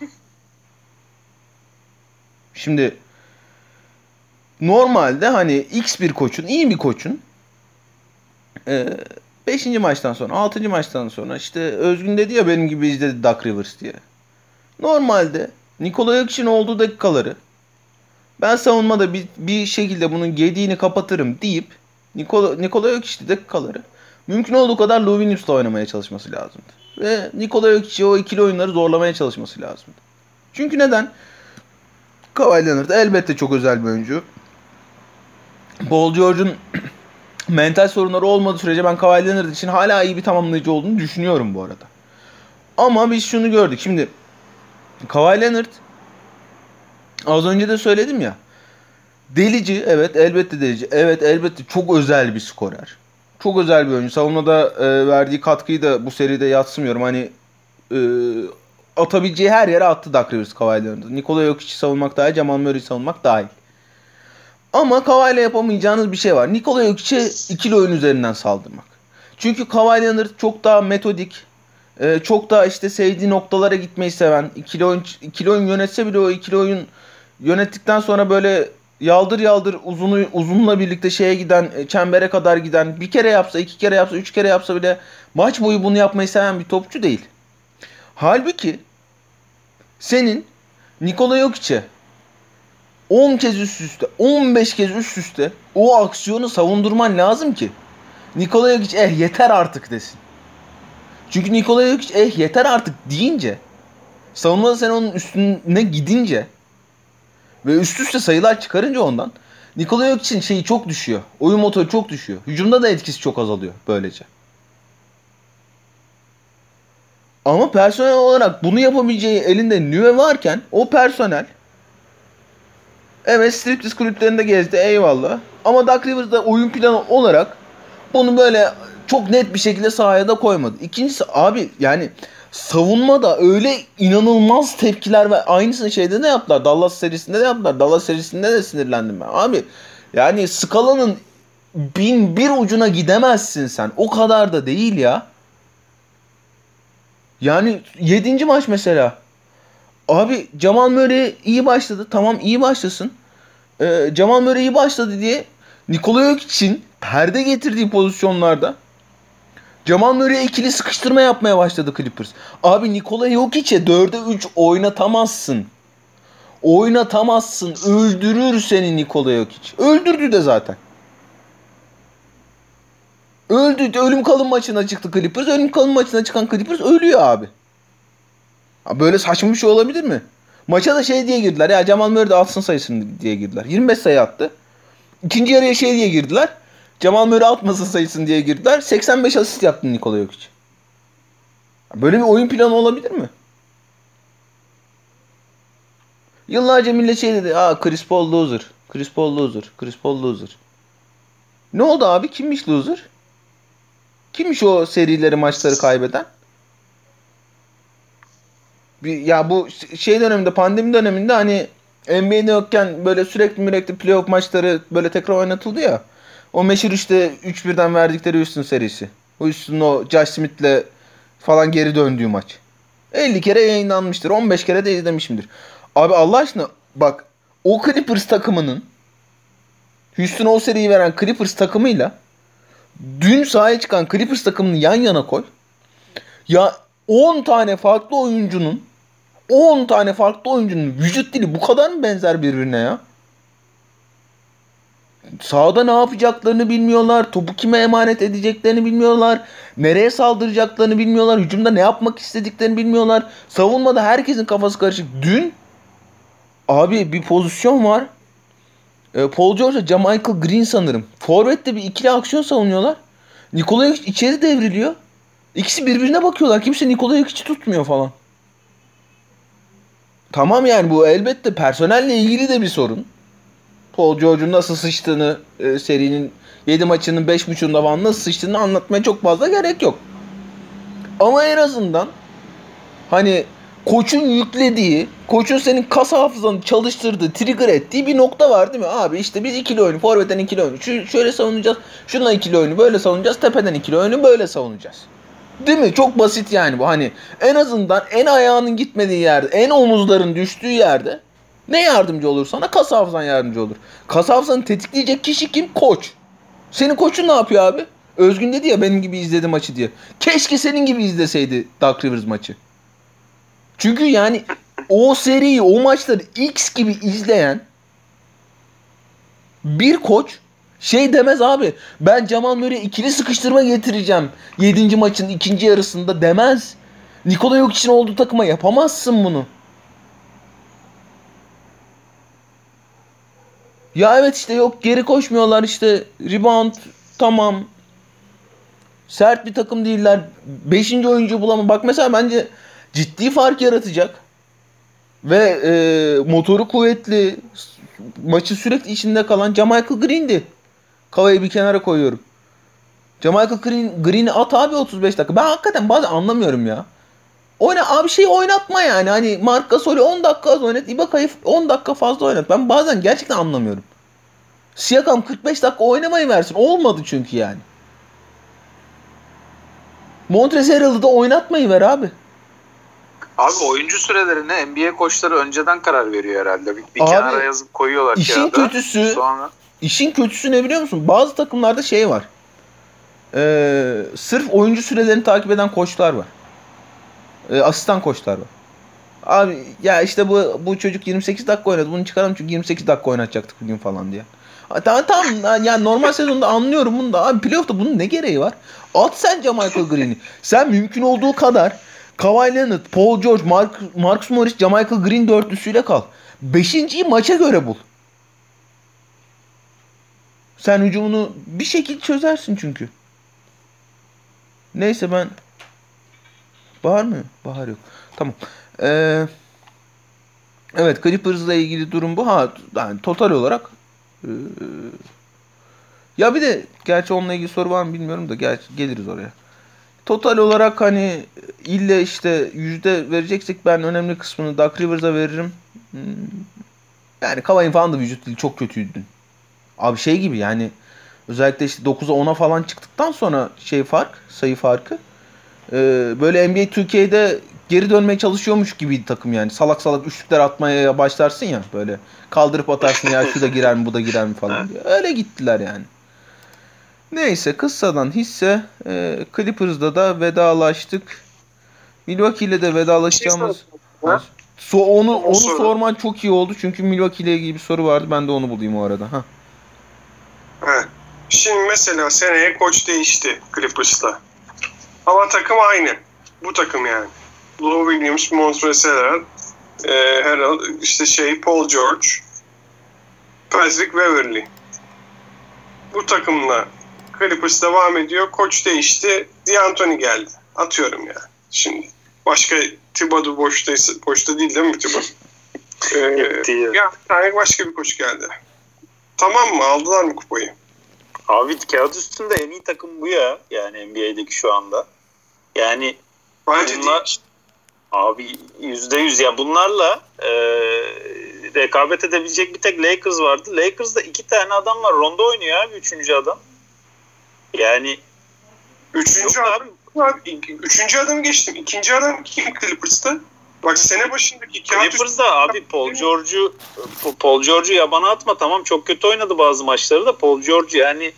Şimdi normalde hani X bir koçun, iyi bir koçun 5. maçtan sonra, 6. maçtan sonra işte Özgün dedi ya benim gibi izledi Duck Rivers diye. Normalde Nikola Jokic'in olduğu dakikaları ben savunmada bir şekilde bunun gediğini kapatırım deyip Nikola Jokic'te dakikaları mümkün olduğu kadar Lou Williams'la oynamaya çalışması lazımdı. Ve Nikola Jokic'i o ikili oyunları zorlamaya çalışması lazımdı. Çünkü neden? Kawhi Leonard elbette çok özel bir oyuncu. Paul George'un mental sorunları olmadığı sürece ben Kawhi Leonard için hala iyi bir tamamlayıcı olduğunu düşünüyorum bu arada. Ama biz şunu gördük. Şimdi Kawhi Leonard az önce de söyledim ya. Delici, evet elbette delici. Evet elbette çok özel bir skorer. Çok özel bir oyuncu. Savunmada verdiği katkıyı da bu seride yadsımıyorum. Hani atabileceği her yere attı Doug Rivers Kawhi Leonard'ı. Nikola Jokic'i savunmak dahil, Jamal Murray'i savunmak dahil. Ama Kawhi ile yapamayacağınız bir şey var. Nikola Jokic'e ikili oyun üzerinden saldırmak. Çünkü Kawhi Leonard çok daha metodik, çok daha işte sevdiği noktalara gitmeyi seven, ikili oyun yönetse bile o ikili oyun yönettikten sonra böyle yaldır yaldır uzunla birlikte şeye giden, çembere kadar giden, bir kere yapsa, 2 kere yapsa, 3 kere yapsa bile maç boyu bunu yapmayı seven bir topçu değil. Halbuki senin Nikola Jokic'e 10 kez üst üste, 15 kez üst üste o aksiyonu savundurman lazım ki Nikola Jokic yeter artık desin. Çünkü Nikola Jokic yeter artık deyince, savunmada sen onun üstüne gidince ve üst üste sayılar çıkarınca ondan Nikola Jokic'in şeyi çok düşüyor. Oyun motoru çok düşüyor. Hücumda da etkisi çok azalıyor böylece. Ama personel olarak bunu yapabileceği elinde Nüve varken o personel evet striptiz kulüplerinde gezdi eyvallah. Ama Doug Rivers da oyun planı olarak bunu böyle çok net bir şekilde sahaya da koymadı. İkincisi abi yani savunmada öyle inanılmaz tepkiler ve aynısını şeyde de yaptılar. Dallas serisinde de yaptılar. Dallas serisinde de sinirlendim ben. Abi yani skalanın 1001 ucuna gidemezsin sen. O kadar da değil ya. Yani 7. maç mesela. Abi Jamal Murray iyi başladı. Tamam iyi başlasın. Jamal Murray iyi başladı diye Nikola Jokic'in perde getirdiği pozisyonlarda Jamal Murray'e ikili sıkıştırma yapmaya başladı Clippers. Abi Nikola Jokic'e 4'e 3 oynatamazsın. Oynatamazsın. Öldürür seni Nikola Jokic. Öldürdü de zaten. Öldü. Ölüm kalım maçına çıktı Clippers. Ölüm kalım maçına çıkan Clippers ölüyor abi. Böyle saçma bir şey olabilir mi? Maça da şey diye girdiler. Ya Jamal Murray de atsın sayısını diye girdiler. 25 sayı attı. İkinci yarıya şey diye girdiler. Jamal Murray atmasın sayısını diye girdiler. 85 asist yaptı Nikola Jokic. Böyle bir oyun planı olabilir mi? Yıllarca millet şey dedi. Chris Paul loser. Chris Paul loser. Chris Paul loser. Ne oldu abi? Kimmiş loser? Kimmiş o serileri maçları kaybeden? Ya bu şey döneminde, pandemi döneminde hani NBA'de yokken böyle sürekli playoff maçları böyle tekrar oynatıldı ya. O meşhur işte 3-1'den verdikleri Houston serisi. Houston'un o Josh Smith'le falan geri döndüğü maç. 50 kere yayınlanmıştır. 15 kere de izlemişimdir. Abi Allah aşkına bak o Clippers takımının Houston'a o seriyi veren Clippers takımıyla dün sahaya çıkan Clippers takımını yan yana koy. Ya 10 tane farklı oyuncunun vücut dili bu kadar mı benzer birbirine ya? Sahada ne yapacaklarını bilmiyorlar. Topu kime emanet edeceklerini bilmiyorlar. Nereye saldıracaklarını bilmiyorlar. Hücumda ne yapmak istediklerini bilmiyorlar. Savunmada herkesin kafası karışık. Dün abi bir pozisyon var. Paul George'la Jamichael Green sanırım. Forvet'te bir ikili aksiyon savunuyorlar. Nikola Jokic içeri devriliyor. İkisi birbirine bakıyorlar. Kimse Nikola Jokic'i tutmuyor falan. Tamam yani bu elbette personelle ilgili de bir sorun. Paul George'un nasıl sıçtığını serinin 7 maçının 5.5'unda falan nasıl sıçtığını anlatmaya çok fazla gerek yok. Ama en azından hani koçun yüklediği, koçun senin kas hafızanı çalıştırdığı, trigger ettiği bir nokta var değil mi? Abi işte biz ikili oyunu, forvetten ikili oyunu, şöyle savunacağız, şununla ikili oyunu böyle savunacağız, tepeden ikili oyunu böyle savunacağız. Değil mi? Çok basit yani bu. Hani en azından en ayağının gitmediği yerde, en omuzların düştüğü yerde ne yardımcı olur sana? Kas hafızan yardımcı olur. Kas hafızanı tetikleyecek kişi kim? Koç. Senin koçun ne yapıyor abi? Özgün dedi ya benim gibi izledi maçı diye. Keşke senin gibi izleseydi Doug Rivers maçı. Çünkü yani o seriyi, o maçları X gibi izleyen bir koç şey demez abi. Ben Jamal Murray'e ikili sıkıştırma getireceğim 7. maçın ikinci yarısında demez. Nikola Jokic'in olduğu takıma yapamazsın bunu. Ya evet işte yok geri koşmuyorlar işte rebound tamam. Sert bir takım değiller. 5. oyuncu bulamam. Bak mesela bence ciddi fark yaratacak. Ve motoru kuvvetli, maçı sürekli içinde kalan Jamichael Green'di. Kavayı bir kenara koyuyorum. Jamichael Green'i at abi 35 dakika. Ben hakikaten bazen anlamıyorum ya. Abi şey oynatma yani. Hani Marc Gasol'ü 10 dakika az oynat. Ibaka'yı 10 dakika fazla oynat. Ben bazen gerçekten anlamıyorum. Siakam 45 dakika oynamayı versin. Olmadı çünkü yani. Montrezl Harrell'ı da oynatmayı ver abi. Abi oyuncu sürelerine NBA koçları önceden karar veriyor herhalde. Bir kenara yazıp koyuyorlar işin kağıda. Kötüsü, sonra... İşin kötüsü ne biliyor musun? Bazı takımlarda şey var. Sırf oyuncu sürelerini takip eden koçlar var. Asistan koçlar var. Abi ya işte bu çocuk 28 dakika oynadı. Bunu çıkaralım çünkü 28 dakika oynatacaktık bugün falan diye. Tamam yani normal sezonda anlıyorum bunu da. Abi playoff'ta bunun ne gereği var? At sen Jamichael Green'i. Sen mümkün olduğu kadar Kawhi Leonard, Paul George, Marcus Morris, Jamichael Green dörtlüsüyle kal. 5.'yi maça göre bul. Sen hücumunu bir şekilde çözersin çünkü. Neyse ben... Bahar mı? Bahar yok. Tamam. Evet Clippers'la ilgili durum bu. Yani total olarak ya bir de gerçi onunla ilgili soru var mı bilmiyorum da gerçi geliriz oraya. Total olarak hani ille işte yüzde vereceksek ben önemli kısmını Doug Rivers'a veririm. Yani Kawhi'nin falan da vücut dili çok kötüydü. Abi şey gibi yani özellikle işte 9'a 10'a falan çıktıktan sonra sayı farkı böyle NBA 2K'de geri dönmeye çalışıyormuş gibiydi takım yani. Salak salak üçlükler atmaya başlarsın ya böyle. Kaldırıp atarsın ya şu da girer mi bu da girer mi falan diye. Öyle gittiler yani. Neyse kıssadan hisse Clippers'da da vedalaştık. Milwaukee ile de vedalaşacağımız... Onu sorman çok iyi oldu. Çünkü Milwaukee ile ilgili bir soru vardı. Ben de onu bulayım o arada. Evet. Şimdi mesela seneye koç değişti Clippers'ta. Ama takım aynı. Bu takım yani. Lou Williams, Montrezl Harrell, işte Paul George, Patrick Beverley. Bu takımla Clippers devam ediyor. Koç değişti. D'Antoni geldi. Atıyorum yani. Şimdi başka Thibodeau boşta değil mi Thibodeau? Ya başka bir koç geldi. Tamam mı? Aldılar mı kupayı? Abi kağıt üstünde en iyi takım bu ya. Yani NBA'deki şu anda. Yani bence bunlar, değil. Abi %100 ya bunlarla rekabet edebilecek bir tek Lakers vardı. Lakers'da 2 tane adam var. Rondo oynuyor abi 3. adam. Yani 3. adam. Üçüncü adamı geçtim. 2. adam kim Clippers'ta? Bak sene başındaki Clippers'da abi Paul George'u yabana atma, tamam çok kötü oynadı bazı maçları da Paul George yani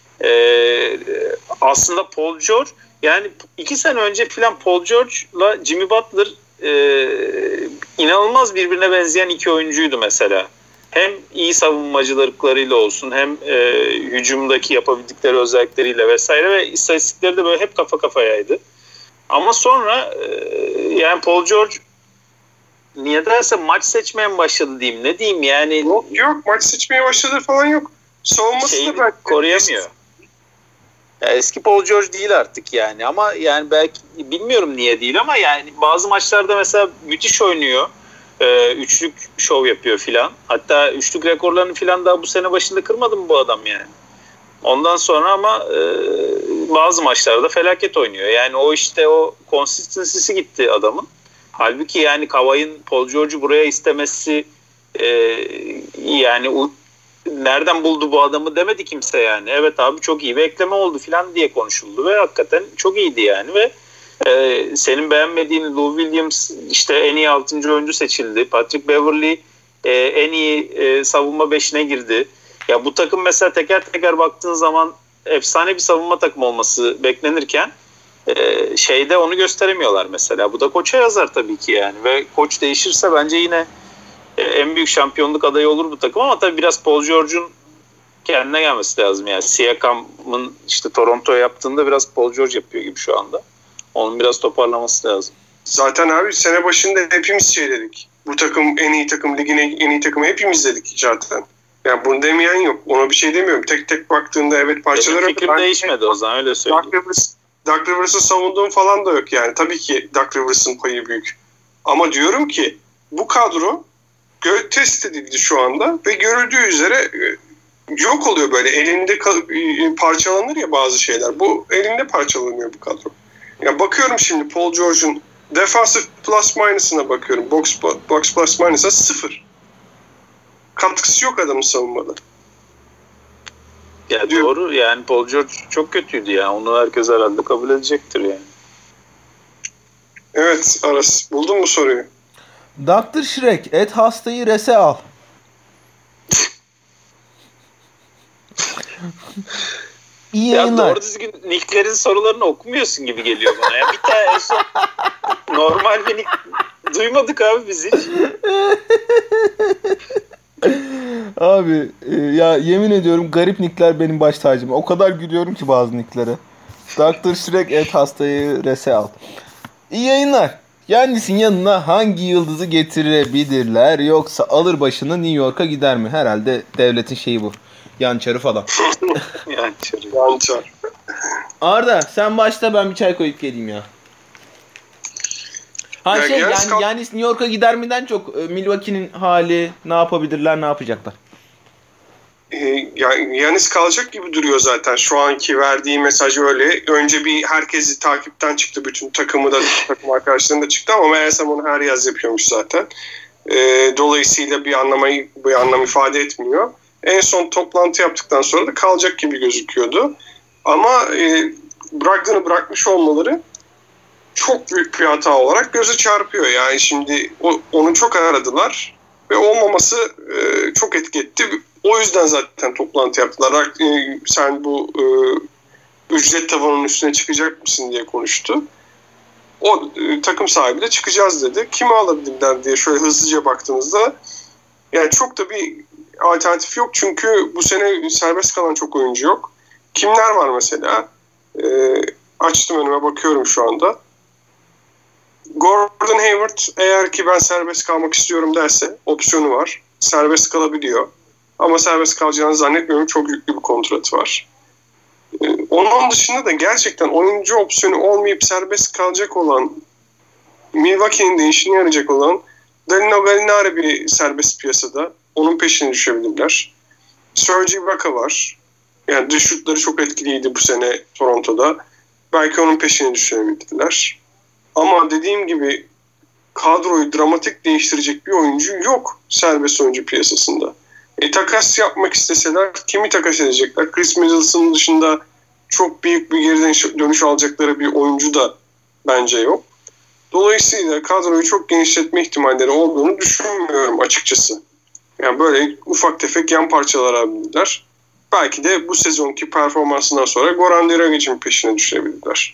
aslında Paul George yani 2 sene önce falan Paul George'la Jimmy Butler inanılmaz birbirine benzeyen 2 oyuncuydu mesela. Hem iyi savunmacılıklarıyla olsun hem hücumdaki yapabildikleri özellikleriyle vesaire ve istatistikleri de böyle hep kafa kafayaydı. Ama sonra yani Paul George niye derse maç seçmeye mi başladı diyeyim ne diyeyim yani. Yok maç seçmeye başladı falan yok. Savunması da belki koruyamıyor. Ya eski Paul George değil artık yani ama yani belki bilmiyorum niye değil ama yani bazı maçlarda mesela müthiş oynuyor. Üçlük şov yapıyor filan. Hatta üçlük rekorlarını filan daha bu sene başında kırmadı mı bu adam yani. Ondan sonra ama bazı maçlarda felaket oynuyor. Yani o işte o consistency'si gitti adamın. Halbuki yani Kawhi'nin Paul George'u buraya istemesi yani nereden buldu bu adamı demedi kimse yani. Evet abi çok iyi bir ekleme oldu filan diye konuşuldu ve hakikaten çok iyiydi yani ve senin beğenmediğin Lou Williams işte en iyi 6. oyuncu seçildi. Patrick Beverley en iyi savunma 5'ine girdi. Ya bu takım mesela teker teker baktığın zaman efsane bir savunma takımı olması beklenirken şeyde onu gösteremiyorlar mesela. Bu da koça yazar tabii ki yani. Ve koç değişirse bence yine en büyük şampiyonluk adayı olur bu takım ama tabii biraz Paul George'un kendine gelmesi lazım yani. Siakam'ın işte Toronto'ya yaptığında biraz Paul George yapıyor gibi şu anda. Onun biraz toparlaması lazım. Zaten abi sene başında hepimiz şey dedik. Bu takım en iyi takım, ligin en iyi takımı hepimiz dedik zaten. Yani bunu demeyen yok. Ona bir şey demiyorum. Tek tek baktığında evet parçaları... Benim fikrim değişmedi o zaman öyle söyleyeyim. Doug Rivers'ı savunduğum falan da yok yani. Tabii ki Doug Rivers'ın payı büyük. Ama diyorum ki bu kadro test edildi şu anda ve görüldüğü üzere yok oluyor böyle. Elinde parçalanır ya bazı şeyler. Bu elinde parçalanıyor bu kadro. Ya bakıyorum şimdi Paul George'un defensive plus minus'ına bakıyorum. Box plus minus'a 0. Katkısı yok adamın savunmada. Ya doğru yani Paul George çok kötüydü ya. Onu herkes herhalde kabul edecektir yani. Evet Aras. Buldun mu soruyu? Dr. Shrek et hastayı rese al. İyi yayınlar. Ya doğru düzgün nicklerin sorularını okumuyorsun gibi geliyor bana. Ya bir tane normal bir nick duymadık abi biz hiç. Abi ya yemin ediyorum garip nickler benim baş tacım. O kadar gülüyorum ki bazı nicklere. Dr. Shrek et hastayı rese al. İyi yayınlar. Yannis'in yanına hangi yıldızı getirebilirler yoksa alır başını New York'a gider mi? Herhalde devletin şeyi bu. Yançarı falan. Yançar. Arda sen başla ben bir çay koyup geleyim ya. Yannis New York'a gider mi'den çok Milwaukee'nin hali ne yapabilirler ne yapacaklar? Yannis kalacak gibi duruyor zaten. Şu anki verdiği mesaj öyle. Önce bir herkesi takipten çıktı. Bütün takımı da takım arkadaşlarını da çıktı ama meğersem onu her yaz yapıyormuş zaten. Dolayısıyla bir anlam ifade etmiyor. En son toplantı yaptıktan sonra da kalacak gibi gözüküyordu. Ama Brogdon'u bırakmış olmaları çok büyük bir hata olarak göze çarpıyor. Yani şimdi onu çok aradılar ve olmaması çok etki etti. O yüzden zaten toplantı yaptılar. Sen bu ücret tavanının üstüne çıkacak mısın diye konuştu. O takım sahibi de çıkacağız dedi. Kimi alabilirler diye şöyle hızlıca baktığınızda yani çok da bir alternatif yok. Çünkü bu sene serbest kalan çok oyuncu yok. Kimler var mesela? Açtım önüme bakıyorum şu anda. Gordon Hayward eğer ki ben serbest kalmak istiyorum derse opsiyonu var. Serbest kalabiliyor. Ama serbest kalacağını zannetmiyorum. Çok yüklü bir kontratı var. Onun dışında da gerçekten oyuncu opsiyonu olmayıp serbest kalacak olan Milwaukee'nin de işine yarayacak olan Danilo Gallinari bir serbest piyasada. Onun peşine düşebilirler. Serge Ibaka var. Yani dış şutları çok etkiliydi bu sene Toronto'da. Belki onun peşine düşebilirler. Ama dediğim gibi kadroyu dramatik değiştirecek bir oyuncu yok serbest oyuncu piyasasında. Takas yapmak isteseler kimi takas edecekler? Chris Middleton'ın dışında çok büyük bir geri dönüş alacakları bir oyuncu da bence yok. Dolayısıyla kadroyu çok genişletme ihtimalleri olduğunu düşünmüyorum açıkçası. Yani böyle ufak tefek yan parçalar alabilirler. Belki de bu sezonki performansından sonra Goran Dragic'in peşine düşebilirler.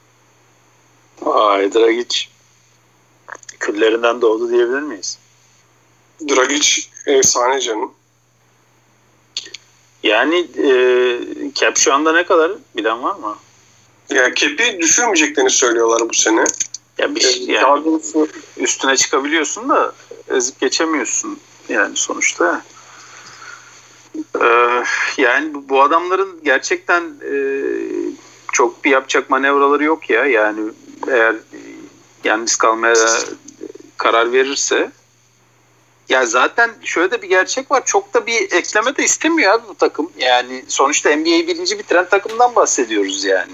Ay Dragic küllerinden doğdu diyebilir miyiz? Dragic efsane canım. Yani cap şu anda ne kadar bilen var mı? Ya cap'i düşürmeyeceklerini söylüyorlar bu sene. Ya yani doğrusu üstüne çıkabiliyorsun da ezip geçemiyorsun yani sonuçta. Yani bu adamların gerçekten çok bir yapacak manevraları yok ya. Yani eğer Yannis kalmaya karar verirse ya zaten şöyle de bir gerçek var. Çok da bir ekleme de istemiyor abi bu takım. Yani sonuçta NBA'yi birinci bitiren takımdan bahsediyoruz yani.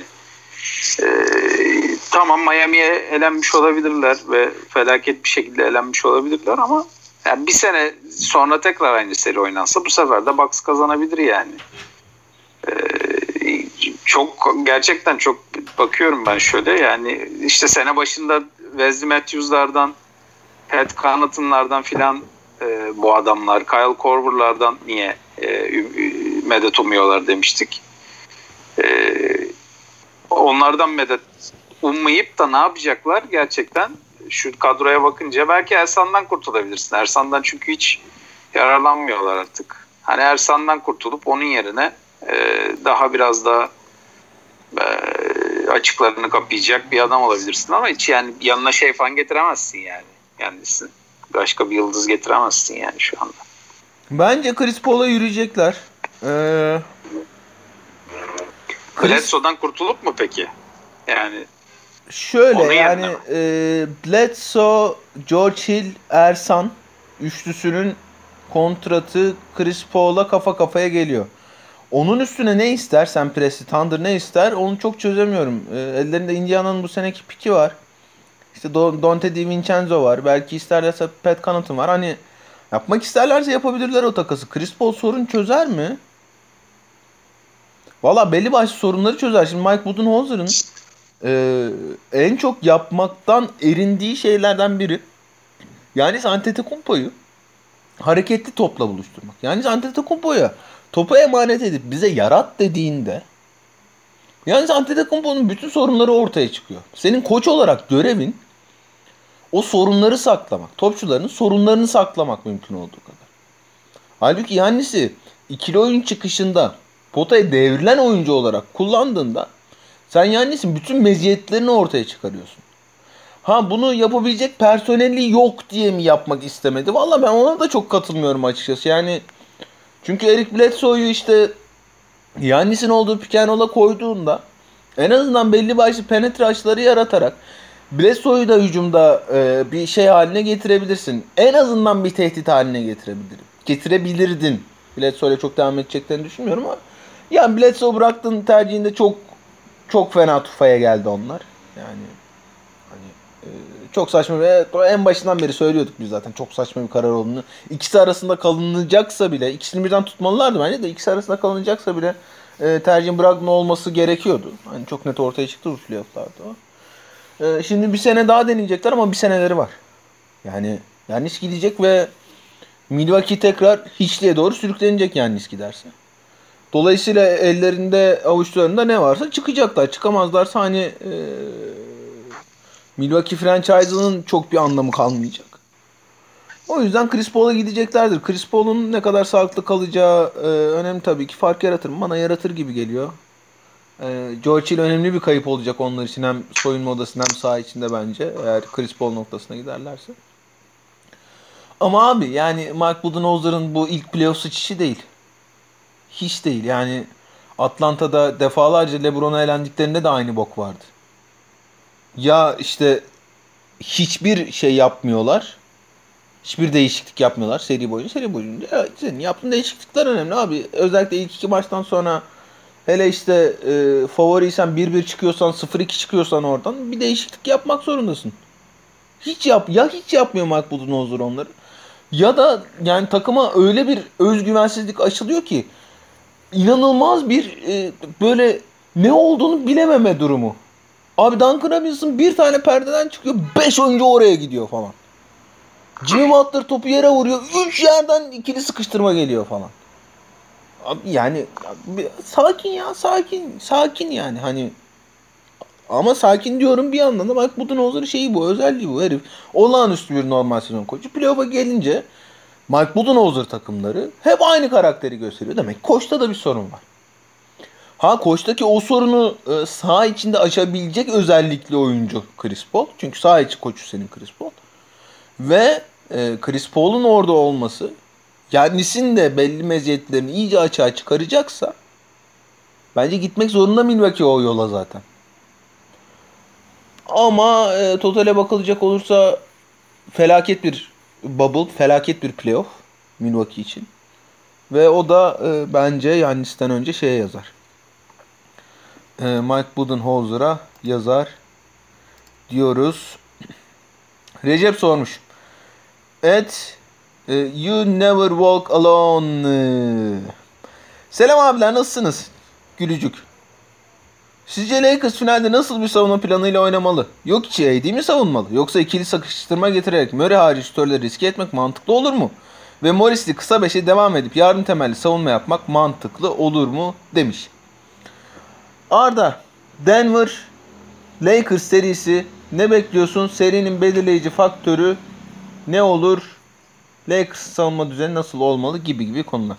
Tamam Miami'ye elenmiş olabilirler ve felaket bir şekilde elenmiş olabilirler ama yani bir sene sonra tekrar aynı seri oynansa bu sefer de Bucks kazanabilir yani. Gerçekten çok bakıyorum ben şöyle yani işte sene başında Wesley Matthews'lardan Pat Connaughton'lardan filan bu adamlar Kyle Korver'lardan niye medet umuyorlar demiştik. Onlardan medet ummayıp da ne yapacaklar gerçekten şu kadroya bakınca belki Ersan'dan kurtulabilirsin. Ersan'dan çünkü hiç yararlanmıyorlar artık. Hani Ersan'dan kurtulup onun yerine daha biraz daha açıklarını kapayacak bir adam olabilirsin ama hiç yani yanına şey falan getiremezsin yani kendisi. Başka bir yıldız getiremezsin yani şu anda. Bence Chris Paul'a yürüyecekler. Bledsoe'dan kurtulup mu peki? Yani şöyle yani Bledsoe, George Hill, Ersan üçlüsünün kontratı Chris Paul'a kafa kafaya geliyor. Onun üstüne ne ister? Sam Presti, Thunder ne ister? Onu çok çözemiyorum. Ellerinde Indiana'nın bu seneki piki var. İşte Dante DiVincenzo var. Belki isterlerse Pat Connaughton var. Hani yapmak isterlerse yapabilirler o takası. Chris Paul sorun çözer mi? Valla belli başlı sorunları çözer. Şimdi Mike Budenholzer'ın en çok yapmaktan erindiği şeylerden biri Giannis Antetokounmpo'yu hareketli topla buluşturmak. Giannis Antetokounmpo'ya topu emanet edip bize yarat dediğinde Giannis Antetokounmpo'nun bütün sorunları ortaya çıkıyor. Senin koç olarak görevin o sorunları saklamak. Topçuların sorunlarını saklamak mümkün olduğu kadar. Halbuki Giannis'i ikili oyun çıkışında potaya devrilen oyuncu olarak kullandığında sen Giannis'in bütün meziyetlerini ortaya çıkarıyorsun. Ha bunu yapabilecek personeli yok diye mi yapmak istemedi? Valla ben ona da çok katılmıyorum açıkçası. Yani çünkü Eric Bledsoe'yu işte Giannis'in olduğu pick and roll'a koyduğunda en azından belli başlı penetre açıları yaratarak Bledsoe'yu da hücumda bir şey haline getirebilirsin. En azından bir tehdit haline getirebilirdin. Bledsoe'yle çok devam edeceklerini düşünmüyorum ama yani Bledsoe bıraktığın tercihinde çok fena tufaya geldi onlar. Yani çok saçma ve en başından beri söylüyorduk biz zaten çok saçma bir karar olduğunu. İkisi arasında kalınacaksa bile ikisini birden tutmalılardı bence de ikisi arasında kalınacaksa bile tercihin Brogdon olması gerekiyordu. Hani çok net ortaya çıktı bu playoff'larda o. Şimdi bir sene daha deneyecekler ama bir seneleri var. Yani Giannis gidecek ve Milwaukee tekrar hiçliğe doğru sürüklenecek Giannis giderse. Dolayısıyla ellerinde avuçlarında ne varsa çıkacaklar. Çıkamazlarsa hani Milwaukee franchise'ının çok bir anlamı kalmayacak. O yüzden Chris Paul'a gideceklerdir. Chris Paul'un ne kadar sağlıklı kalacağı önemli tabii ki. Fark yaratır mı? Bana yaratır gibi geliyor. George Hill önemli bir kayıp olacak onlar için. Hem soyunma odasında hem saha içinde bence. Eğer Chris Paul noktasına giderlerse. Ama abi yani Mike Budenholzer'ın bu ilk playoff sıçışı değil. Hiç değil. Yani Atlanta'da defalarca LeBron'a elendiklerinde de aynı bok vardı. Ya işte hiçbir şey yapmıyorlar. Hiçbir değişiklik yapmıyorlar seri boyunca. Seri boyunca senin yaptığın değişiklikler önemli abi. Özellikle ilk iki maçtan sonra hele işte favoriysen 1-1 çıkıyorsan 0-2 çıkıyorsan oradan bir değişiklik yapmak zorundasın. Hiç yapmıyor Mike Budenholzer onları. Ya da yani takıma öyle bir özgüvensizlik aşılıyor ki inanılmaz bir böyle ne olduğunu bilememe durumu. Abi Duncan Robinson bir tane perdeden çıkıyor 5 oyuncu oraya gidiyor falan. Jimmy Butler topu yere vuruyor 3 yerden ikili sıkıştırma geliyor falan. Abi yani sakin ya sakin yani hani ama sakin diyorum bir yandan da bak Budenholzer'ın şeyi bu özelliği bu herif. Olağanüstü bir normal sezon koçu. Playoff'a gelince Mike Budenholzer takımları hep aynı karakteri gösteriyor. Demek koçta da bir sorun var. Ha koçtaki o sorunu saha içinde aşabilecek özellikli oyuncu Chris Paul. Çünkü saha içi koçu senin Chris Paul. Ve Chris Paul'un orada olması Giannis'in de belli meziyetlerini iyice açığa çıkaracaksa bence gitmek zorunda Milwaukee o yola zaten. Ama totale bakılacak olursa felaket bir bubble, felaket bir playoff Milwaukee için. Ve o da bence Giannis'ten önce şeye yazar. Mike Budenholzer'a yazar diyoruz. Recep sormuş. You never walk alone. Selam abiler nasılsınız? Gülücük. Sizce Lakers finalde nasıl bir savunma planıyla oynamalı? Yok içi AD mi savunmalı? Yoksa ikili sıkıştırma getirerek Murray hariç şütörleri riske etmek mantıklı olur mu? Ve Morris'li kısa beşe devam edip yardım temelli savunma yapmak mantıklı olur mu? Demiş. Arda, Denver Lakers serisi ne bekliyorsun? Serinin belirleyici faktörü ne olur? Lakers savunma düzeni nasıl olmalı gibi konular.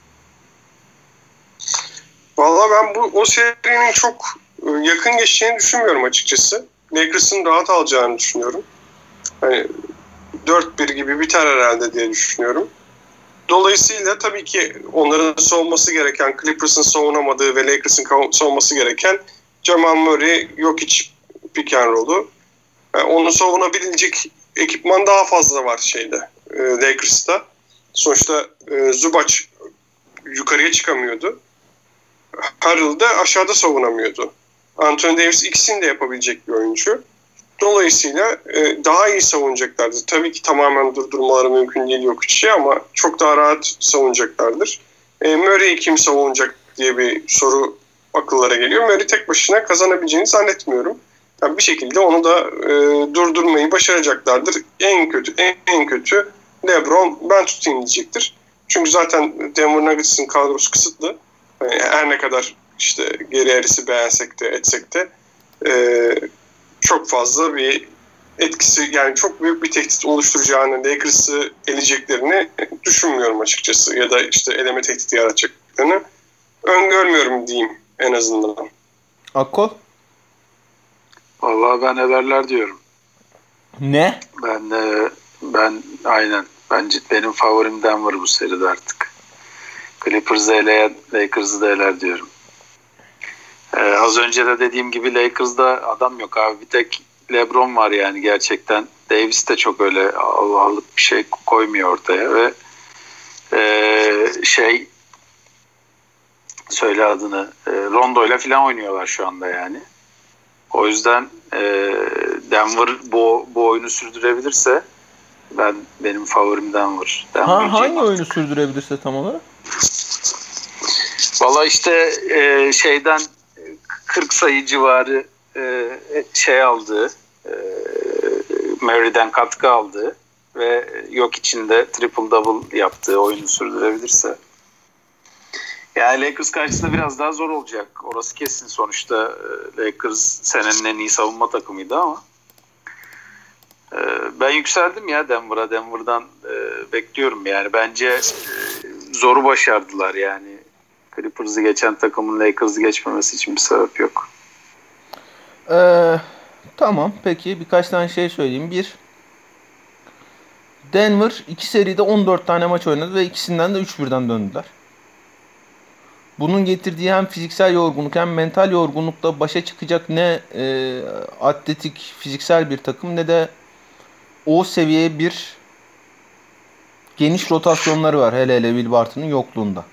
Valla ben o serinin çok yakın geçeceğini düşünmüyorum açıkçası. Lakers'ın rahat alacağını düşünüyorum. Hani 4-1 gibi biter herhalde diye düşünüyorum. Dolayısıyla tabii ki onların savunması gereken, Clippers'ın savunamadığı ve Lakers'ın savunması gereken Jamal Murray, Jokic pick and roll'u. Yani onu savunabilecek ekipman daha fazla var Lakers'ta. Sonuçta Zubac yukarıya çıkamıyordu. Harrell da aşağıda savunamıyordu. Anthony Davis ikisini de yapabilecek bir oyuncu. Dolayısıyla daha iyi savunacaklardır. Tabii ki tamamen durdurmaları mümkün değil Jokic'i ama çok daha rahat savunacaklardır. Murray'i kim savunacak diye bir soru akıllara geliyor. Murray tek başına kazanabileceğini zannetmiyorum. Yani bir şekilde onu da durdurmayı başaracaklardır. En kötü LeBron ben tutayım diyecektir. Çünkü zaten Denver Nuggets'ın kadrosu kısıtlı. Yani her ne kadar işte Gary Harris'i beğensek de etsek de çok fazla bir etkisi, yani çok büyük bir tehdit oluşturacağını, Lakers'ı eleyeceklerini düşünmüyorum açıkçası. Ya da işte eleme tehdidi yaratacaklarını öngörmüyorum diyeyim en azından. Akkol? Vallahi ben ederler diyorum. Ne? Ben aynen. Benim favorim Denver bu seride artık. Clippers'ı eleyen Lakers'ı da eler diyorum. Az önce de dediğim gibi Lakers'da adam yok abi. Bir tek LeBron var yani gerçekten. Davis de çok öyle Allah'lık bir şey koymuyor ortaya ve söyle adını, Rondo'yla falan oynuyorlar şu anda yani. O yüzden Denver bu oyunu sürdürebilirse benim favorim Denver. Hangi oyunu sürdürebilirse tam olarak? Valla işte 40 sayı civarı aldığı, Murray'den katkı aldığı ve yok içinde triple double yaptığı oyunu sürdürebilirse. Yani Lakers karşısında biraz daha zor olacak. Orası kesin, sonuçta Lakers senenin en iyi savunma takımıydı ama ben yükseldim ya Denver'a. Denver'dan bekliyorum yani. Bence zoru başardılar yani. Clippers'ı geçen takımın Lakers'ı geçmemesi için bir sebep yok. Tamam. Peki birkaç tane şey söyleyeyim. Bir, Denver 2 seride 14 tane maç oynadı ve ikisinden de 3-1'den döndüler. Bunun getirdiği hem fiziksel yorgunluk hem mental yorgunlukla başa çıkacak ne atletik, fiziksel bir takım ne de o seviyeye bir geniş rotasyonları var. Hele Will Barton'un yokluğunda.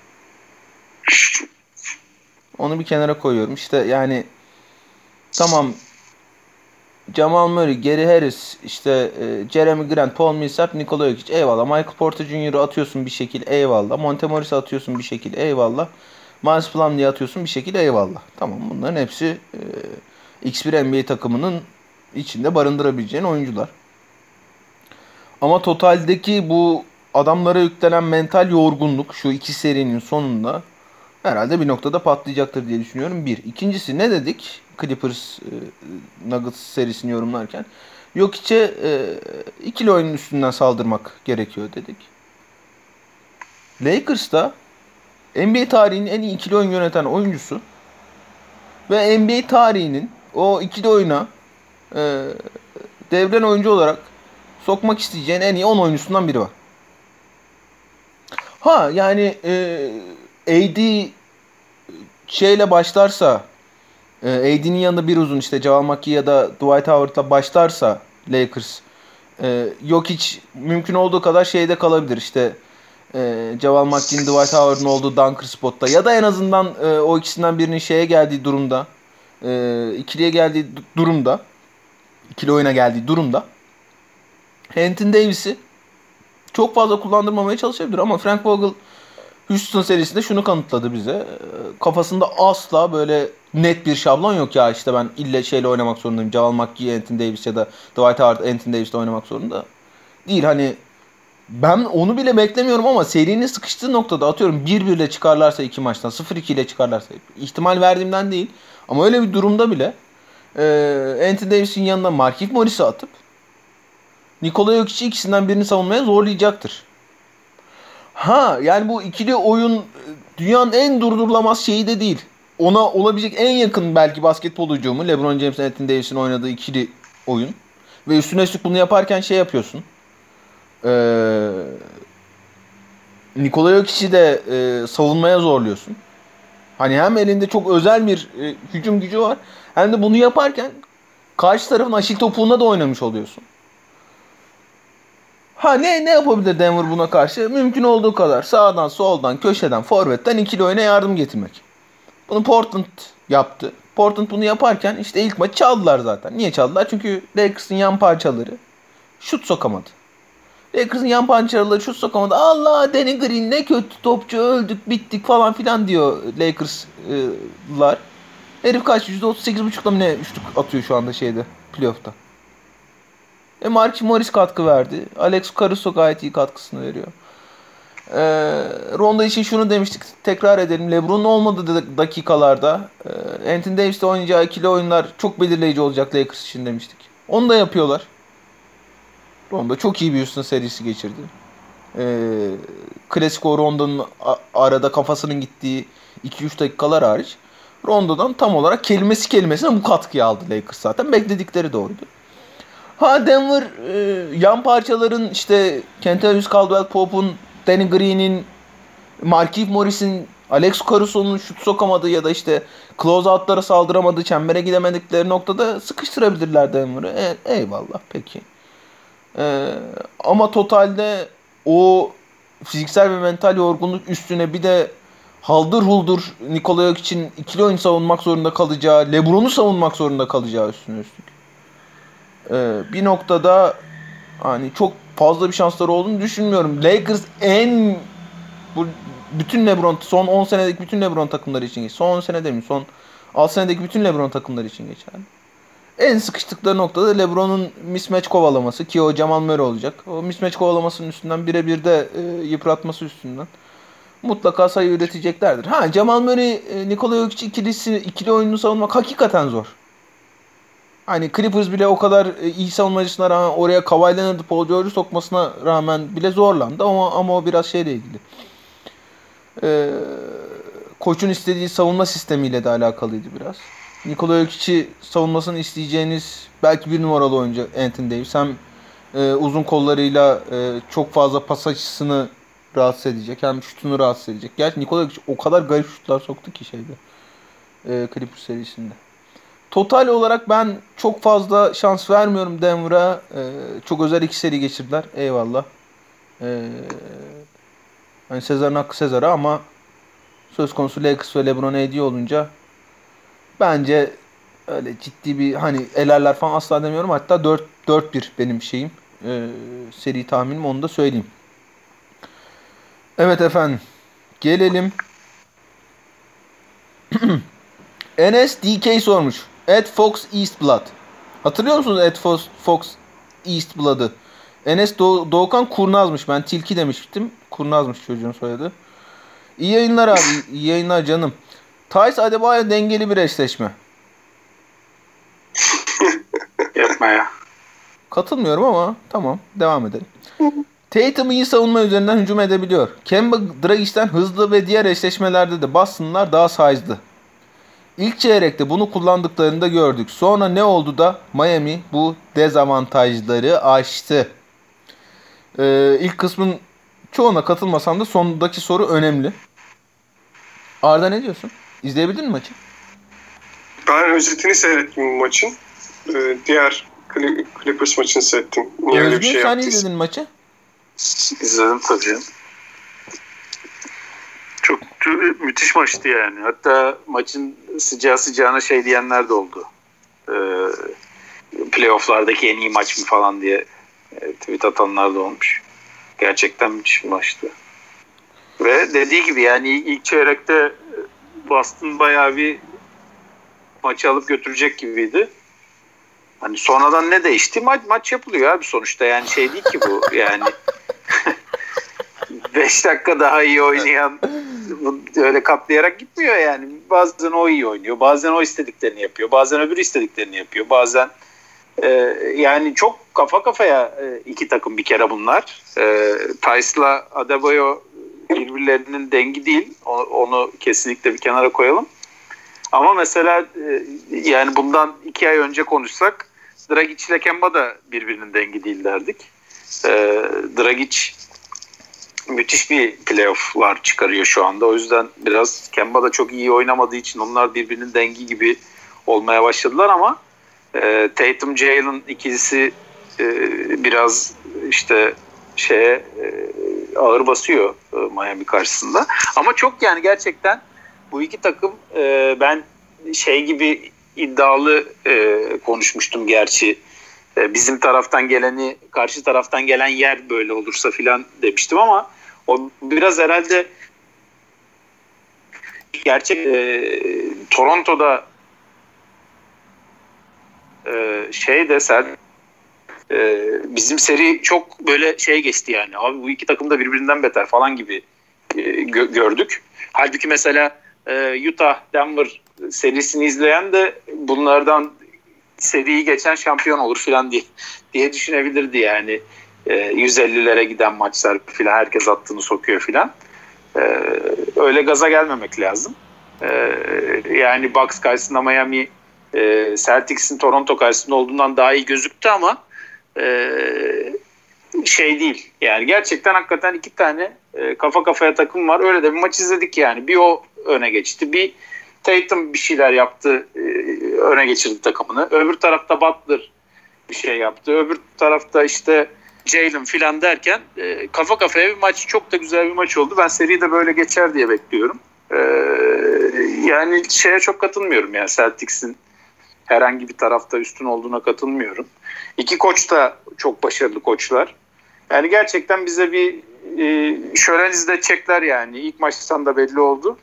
Onu bir kenara koyuyorum. İşte yani tamam, Jamal Murray, Gary Harris, işte Jeremy Grant, Paul Millsap, Nikola Jokic, eyvallah. Michael Porter Jr.'ı atıyorsun bir şekilde, eyvallah. Monte Morris'i atıyorsun bir şekilde, eyvallah. Miles Plumlee'yi atıyorsun bir şekilde, eyvallah. Tamam, bunların hepsi X1 NBA takımının içinde barındırabileceğin oyuncular. Ama totaldeki bu adamlara yüklenen mental yorgunluk şu iki serinin sonunda herhalde bir noktada patlayacaktır diye düşünüyorum. Bir. İkincisi, ne dedik Clippers Nuggets serisini yorumlarken? Jokic'e ikili oyunun üstünden saldırmak gerekiyor dedik. Lakers'ta NBA tarihinin en iyi ikili oyun yöneten oyuncusu ve NBA tarihinin o ikili oyuna devren oyuncu olarak sokmak isteyeceğin en iyi 10 oyuncusundan biri var. Yani AD şeyle başlarsa, AD'nin yanında bir uzun, işte Javal McGee ya da Dwight Howard'la başlarsa Lakers, Jokic mümkün olduğu kadar şeyde kalabilir. İşte Javal McGee'nin, Dwight Howard'ın olduğu dunker spotta ya da en azından o ikisinden birinin şeye geldiği durumda, ikiliye geldiği durumda, ikili oyuna geldiği durumda Anthony Davis'i çok fazla kullandırmamaya çalışabilir ama Frank Vogel Houston serisinde şunu kanıtladı bize. Kafasında asla böyle net bir şablon yok ya, işte ben ille şeyle oynamak zorundayım. Javal McGee, Anthony Davis ya da Dwight Howard, Anthony Davis'le oynamak zorunda değil. Hani ben onu bile beklemiyorum ama serinin sıkıştığı noktada atıyorum 1-1 ile çıkarlarsa 2 maçtan 0-2 ile çıkarlarsa ihtimal verdiğimden değil ama öyle bir durumda bile Anthony Davis'in yanına Markieff Morris'i atıp Nikola Jokic'i ikisinden birini savunmaya zorlayacaktır. Yani bu ikili oyun dünyanın en durdurulamaz şeyi de değil. Ona olabilecek en yakın belki basketbol hücumu LeBron James ve Anthony Davis'in oynadığı ikili oyun. Ve üstüne üstlük bunu yaparken şey yapıyorsun. Nikola Jokic'i de savunmaya zorluyorsun. Hani hem elinde çok özel bir hücum gücü var. Hem de bunu yaparken karşı tarafın aşil topuğuna da oynamış oluyorsun. Ne yapabilir Denver buna karşı? Mümkün olduğu kadar sağdan, soldan, köşeden, forvetten ikili oyuna yardım getirmek. Bunu Portland yaptı. Portland bunu yaparken işte ilk maçı çaldılar zaten. Niye çaldılar? Çünkü Lakers'ın yan parçaları şut sokamadı. Lakers'ın yan parçaları şut sokamadı. Allah Danny Green ne kötü topçu, öldük bittik falan filan diyor Lakers'lar. Herif kaç? %38.5'la mı ne üçlük atıyor şu anda playoff'ta. Markieff Morris katkı verdi. Alex Caruso gayet iyi katkısını veriyor. Rondo için şunu demiştik. Tekrar edelim. LeBron'un olmadığı dakikalarda Anthony Davis'le oynayacağı ikili oyunlar çok belirleyici olacak Lakers için demiştik. Onu da yapıyorlar. Rondo çok iyi bir Houston serisi geçirdi. Klasik o Rondo'nun arada kafasının gittiği 2-3 dakikalar hariç Rondo'dan tam olarak kelimesine bu katkıyı aldı Lakers zaten. Bekledikleri doğruydu. Denver yan parçaların işte Kentavious Caldwell-Pope'un, Danny Green'in, Markieff Morris'in, Alex Caruso'nun şut sokamadığı ya da işte closeout'lara saldıramadığı, çembere gidemedikleri noktada sıkıştırabilirler Denver'ı. Eyvallah peki. Ama totalde o fiziksel ve mental yorgunluk üstüne bir de haldır huldur Nikola Jokic'in ikili oyun savunmak zorunda kalacağı, LeBron'u savunmak zorunda kalacağı üstüne üstlük. Bir noktada hani çok fazla bir şansları olduğunu düşünmüyorum. Lakers bütün LeBron son 10 senedeki bütün LeBron takımları için geçer. Son 10 sene demeyeyim. Son 6 senedeki bütün LeBron takımları için geçer. En sıkıştıkları noktada LeBron'un mismatch kovalaması ki o Jamal Murray olacak. O mismatch kovalamasının üstünden birebir de yıpratması üstünden mutlaka sayı üreteceklerdir. Jamal Murray Nikola Jokic ikili oyununu savunmak hakikaten zor. Hani Clippers bile o kadar iyi savunmacısına rağmen oraya Kawhi Leonard'ı Paul George'u sokmasına rağmen bile zorlandı ama o biraz şeyle ilgili. Koçun istediği savunma sistemiyle de alakalıydı biraz. Nikola Jokic'i savunmasını isteyeceğiniz belki bir numaralı oyuncu Anthony Davis. Hem uzun kollarıyla çok fazla pas açısını rahatsız edecek hem şutunu rahatsız edecek. Gerçi Nikola Jokic o kadar garip şutlar soktu ki Clippers serisinde. Total olarak ben çok fazla şans vermiyorum Denver'a. Çok özel 2 seri geçirdiler. Eyvallah. Hani Sezar'ın hakkı Sezar'a ama söz konusu Lakers ve LeBron AD olunca bence öyle ciddi bir hani elerler falan asla demiyorum. Hatta 4-1 benim şeyim. Seri tahminim, onu da söyleyeyim. Evet efendim. Gelelim. Enes DK sormuş. Ed Fox Eastblood. Hatırlıyor musunuz Ed Fox Eastblood'ı? Enes Doğukan Kurnaz'mış. Ben Tilki demiştim. Kurnaz'mış çocuğun soyadı. İyi yayınlar abi. İyi yayınlar canım. Tice Adebayo dengeli bir eşleşme. Yapma ya. Katılmıyorum ama tamam. Devam edelim. Tatum iyi savunma üzerinden hücum edebiliyor. Kemba Dragic'ten hızlı ve diğer eşleşmelerde de Boston'lar daha size'lı. İlk çeyrekte bunu kullandıklarını da gördük. Sonra ne oldu da Miami bu dezavantajları aştı. İlk kısmın çoğuna katılmasam da sondaki soru önemli. Arda ne diyorsun? İzleyebildin mi maçı? Ben özetini seyrettim bu maçın. Diğer Clippers maçını seyrettim. Niye öyle bir şey sen yaptıysa. izledin maçı? İzledim tabii. Çok müthiş maçtı yani. Hatta maçın sıcağına şey diyenler de oldu. Playoff'lardaki en iyi maç mı falan diye tweet atanlar da olmuş. Gerçekten müthiş bir maçtı. Ve dediği gibi yani ilk çeyrekte Boston bayağı bir maçı alıp götürecek gibiydi. Hani sonradan ne değişti? Maç yapılıyor abi sonuçta. Yani şey değil ki bu. Yani 5 dakika daha iyi oynayan öyle katlayarak gitmiyor yani. Bazen o iyi oynuyor. Bazen o istediklerini yapıyor. Bazen öbürü istediklerini yapıyor. Bazen yani çok kafa kafaya iki takım bir kere bunlar. Tice'la Adebayo birbirlerinin dengi değil. Onu kesinlikle bir kenara koyalım. Ama mesela yani bundan 2 ay önce konuşsak Dragic ile Kemba da birbirinin dengi değil derdik. Dragic müthiş bir playoff'lar çıkarıyor şu anda. O yüzden biraz Kemba da çok iyi oynamadığı için onlar birbirinin dengi gibi olmaya başladılar ama Tatum Jalen ikilisi biraz işte ağır basıyor Miami karşısında. Ama çok yani gerçekten bu iki takım ben gibi iddialı konuşmuştum gerçi. Bizim taraftan geleni karşı taraftan gelen yer böyle olursa filan demiştim ama o biraz herhalde gerçek Toronto'da bizim seri çok böyle geçti yani. Abi bu iki takım da birbirinden beter falan gibi gördük. Halbuki mesela Utah Denver serisini izleyen de bunlardan seriyi geçen şampiyon olur filan diye düşünebilirdi yani. 150'lere giden maçlar filan herkes attığını sokuyor filan. Öyle gaza gelmemek lazım. Yani Bucks karşısında Miami Celtics'in Toronto karşısında olduğundan daha iyi gözüktü ama değil. Yani gerçekten hakikaten iki tane kafa kafaya takım var. Öyle de bir maç izledik yani. Bir o öne geçti. Bir Tatum bir şeyler yaptı. Öne geçirdi takımını. Öbür tarafta Butler bir şey yaptı. Öbür tarafta işte Jalen filan derken kafa kafaya bir maç. Çok da güzel bir maç oldu. Ben seri de böyle geçer diye bekliyorum. Yani çok katılmıyorum yani Celtics'in herhangi bir tarafta üstün olduğuna katılmıyorum. İki koç da çok başarılı koçlar. Yani gerçekten bize bir şölen izletecekler yani. İlk maçtan da belli oldu.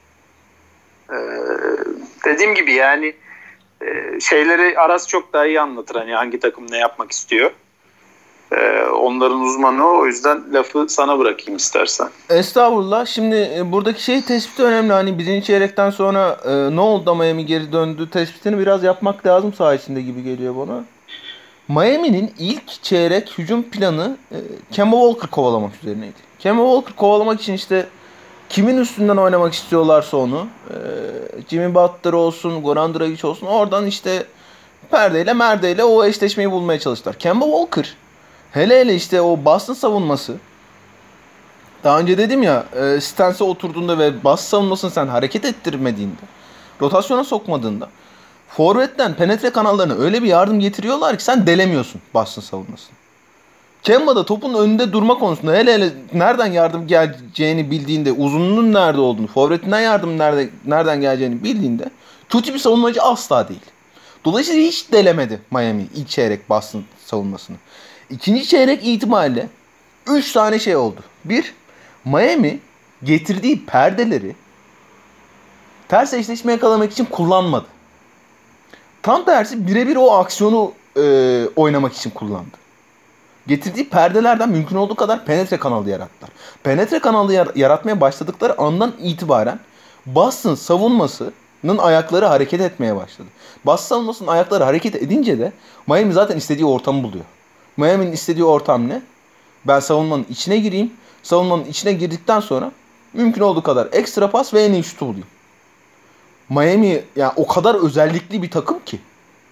Dediğim gibi yani şeyleri Aras çok daha iyi anlatır. Hani hangi takım ne yapmak istiyor. Onların uzmanı o. O yüzden lafı sana bırakayım istersen. Estağfurullah. Şimdi buradaki tespiti önemli. Hani birinci çeyrekten sonra ne oldu da Miami geri döndü tespitini biraz yapmak lazım saha içinde gibi geliyor bana. Miami'nin ilk çeyrek hücum planı Kemba Walker kovalamak üzerineydi. Kemba Walker kovalamak için işte kimin üstünden oynamak istiyorlarsa onu Jimmy Butler olsun, Goran Dragic olsun oradan işte perdeyle merdeyle o eşleşmeyi bulmaya çalıştılar. Kemba Walker hele işte o Boston savunması daha önce dedim ya stance'e oturduğunda ve Boston savunmasını sen hareket ettirmediğinde rotasyona sokmadığında forvetten penetre kanallarına öyle bir yardım getiriyorlar ki sen delemiyorsun Boston savunmasını. Kemba'da topun önünde durma konusunda hele nereden yardım geleceğini bildiğinde, uzunluğunun nerede olduğunu, forvetinden yardım nereden geleceğini bildiğinde kötü bir savunmacı asla değil. Dolayısıyla hiç delemedi Miami ilk çeyrek Boston savunmasını. İkinci çeyrek itibariyle 3 tane oldu. Bir, Miami getirdiği perdeleri ters eşleşme yakalamak için kullanmadı. Tam tersi birebir o aksiyonu oynamak için kullandı. Getirdiği perdelerden mümkün olduğu kadar penetre kanalı yarattılar. Penetre kanalı yaratmaya başladıkları andan itibaren Boston savunmasının ayakları hareket etmeye başladı. Boston savunmasının ayakları hareket edince de Miami zaten istediği ortamı buluyor. Miami'nin istediği ortam ne? Ben savunmanın içine gireyim. Savunmanın içine girdikten sonra mümkün olduğu kadar ekstra pas ve en iyi şutu bulayım. Miami yani o kadar özellikli bir takım ki.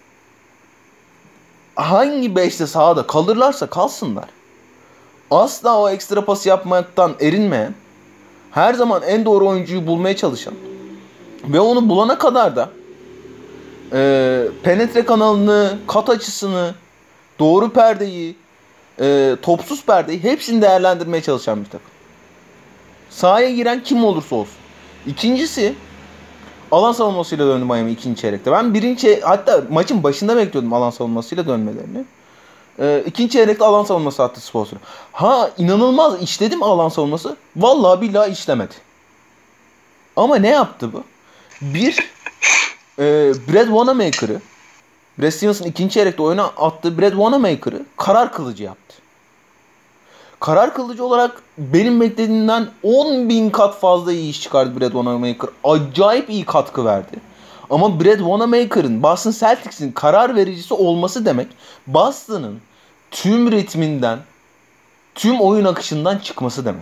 Hangi beşte sahada kalırlarsa kalsınlar. Asla o ekstra pası yapmaktan erinmeyen, her zaman en doğru oyuncuyu bulmaya çalışan ve onu bulana kadar da penetre kanalını, kat açısını, doğru perdeyi, topsuz perdeyi hepsini değerlendirmeye çalışan bir takım. Sahaya giren kim olursa olsun. İkincisi alan savunmasıyla döndü Miami ikinci çeyrekte. Ben hatta maçın başında bekliyordum alan savunmasıyla dönmelerini. İkinci çeyrekte alan savunması attı Spoelstra. İnanılmaz işledi mi alan savunması? Vallahi billahi işlemedi. Ama ne yaptı bu? Brad Wanamaker'ı, Brad Stevens'ın ikinci çeyrekte oyuna attığı Brad Wanamaker'ı karar kılıcı yaptı. Karar kılıcı olarak benim beklediğimden 10.000 kat fazla iyi iş çıkardı Brad Wanamaker. Acayip iyi katkı verdi. Ama Brad Wanamaker'ın Boston Celtics'in karar vericisi olması demek Boston'ın tüm ritminden, tüm oyun akışından çıkması demek.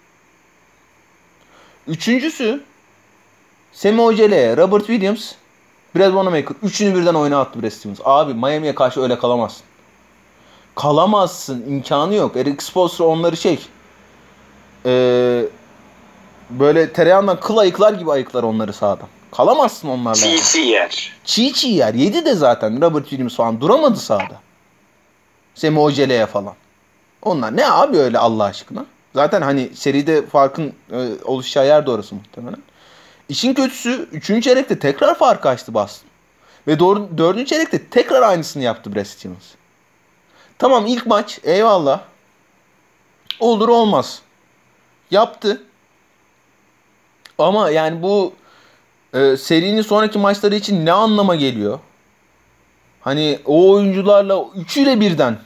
Üçüncüsü Semi Ojeleye, Robert Williams, Brad Wanamaker. Üçünü birden oyuna attı Brad Stevens. Abi Miami'ye karşı öyle kalamazsın. Kalamazsın. İmkanı yok. Eric Spoelstra onları böyle tereyağından kıl ayıklar gibi ayıklar onları sağdan. Kalamazsın onlarla. Çiğ yer. Çiğ yer. Yedi de zaten. Robert Williams falan duramadı sahada. Semi Ojeleye falan. Onlar ne abi öyle Allah aşkına. Zaten hani seride farkın oluşacağı yer de orası muhtemelen. İşin kötüsü 3. çeyrekte tekrar farkı açtı Boston. Ve 4. çeyrekte tekrar aynısını yaptı Brad Stevens. Tamam ilk maç eyvallah. Olur olmaz. Yaptı. Ama yani bu serinin sonraki maçları için ne anlama geliyor? Hani o oyuncularla üçüyle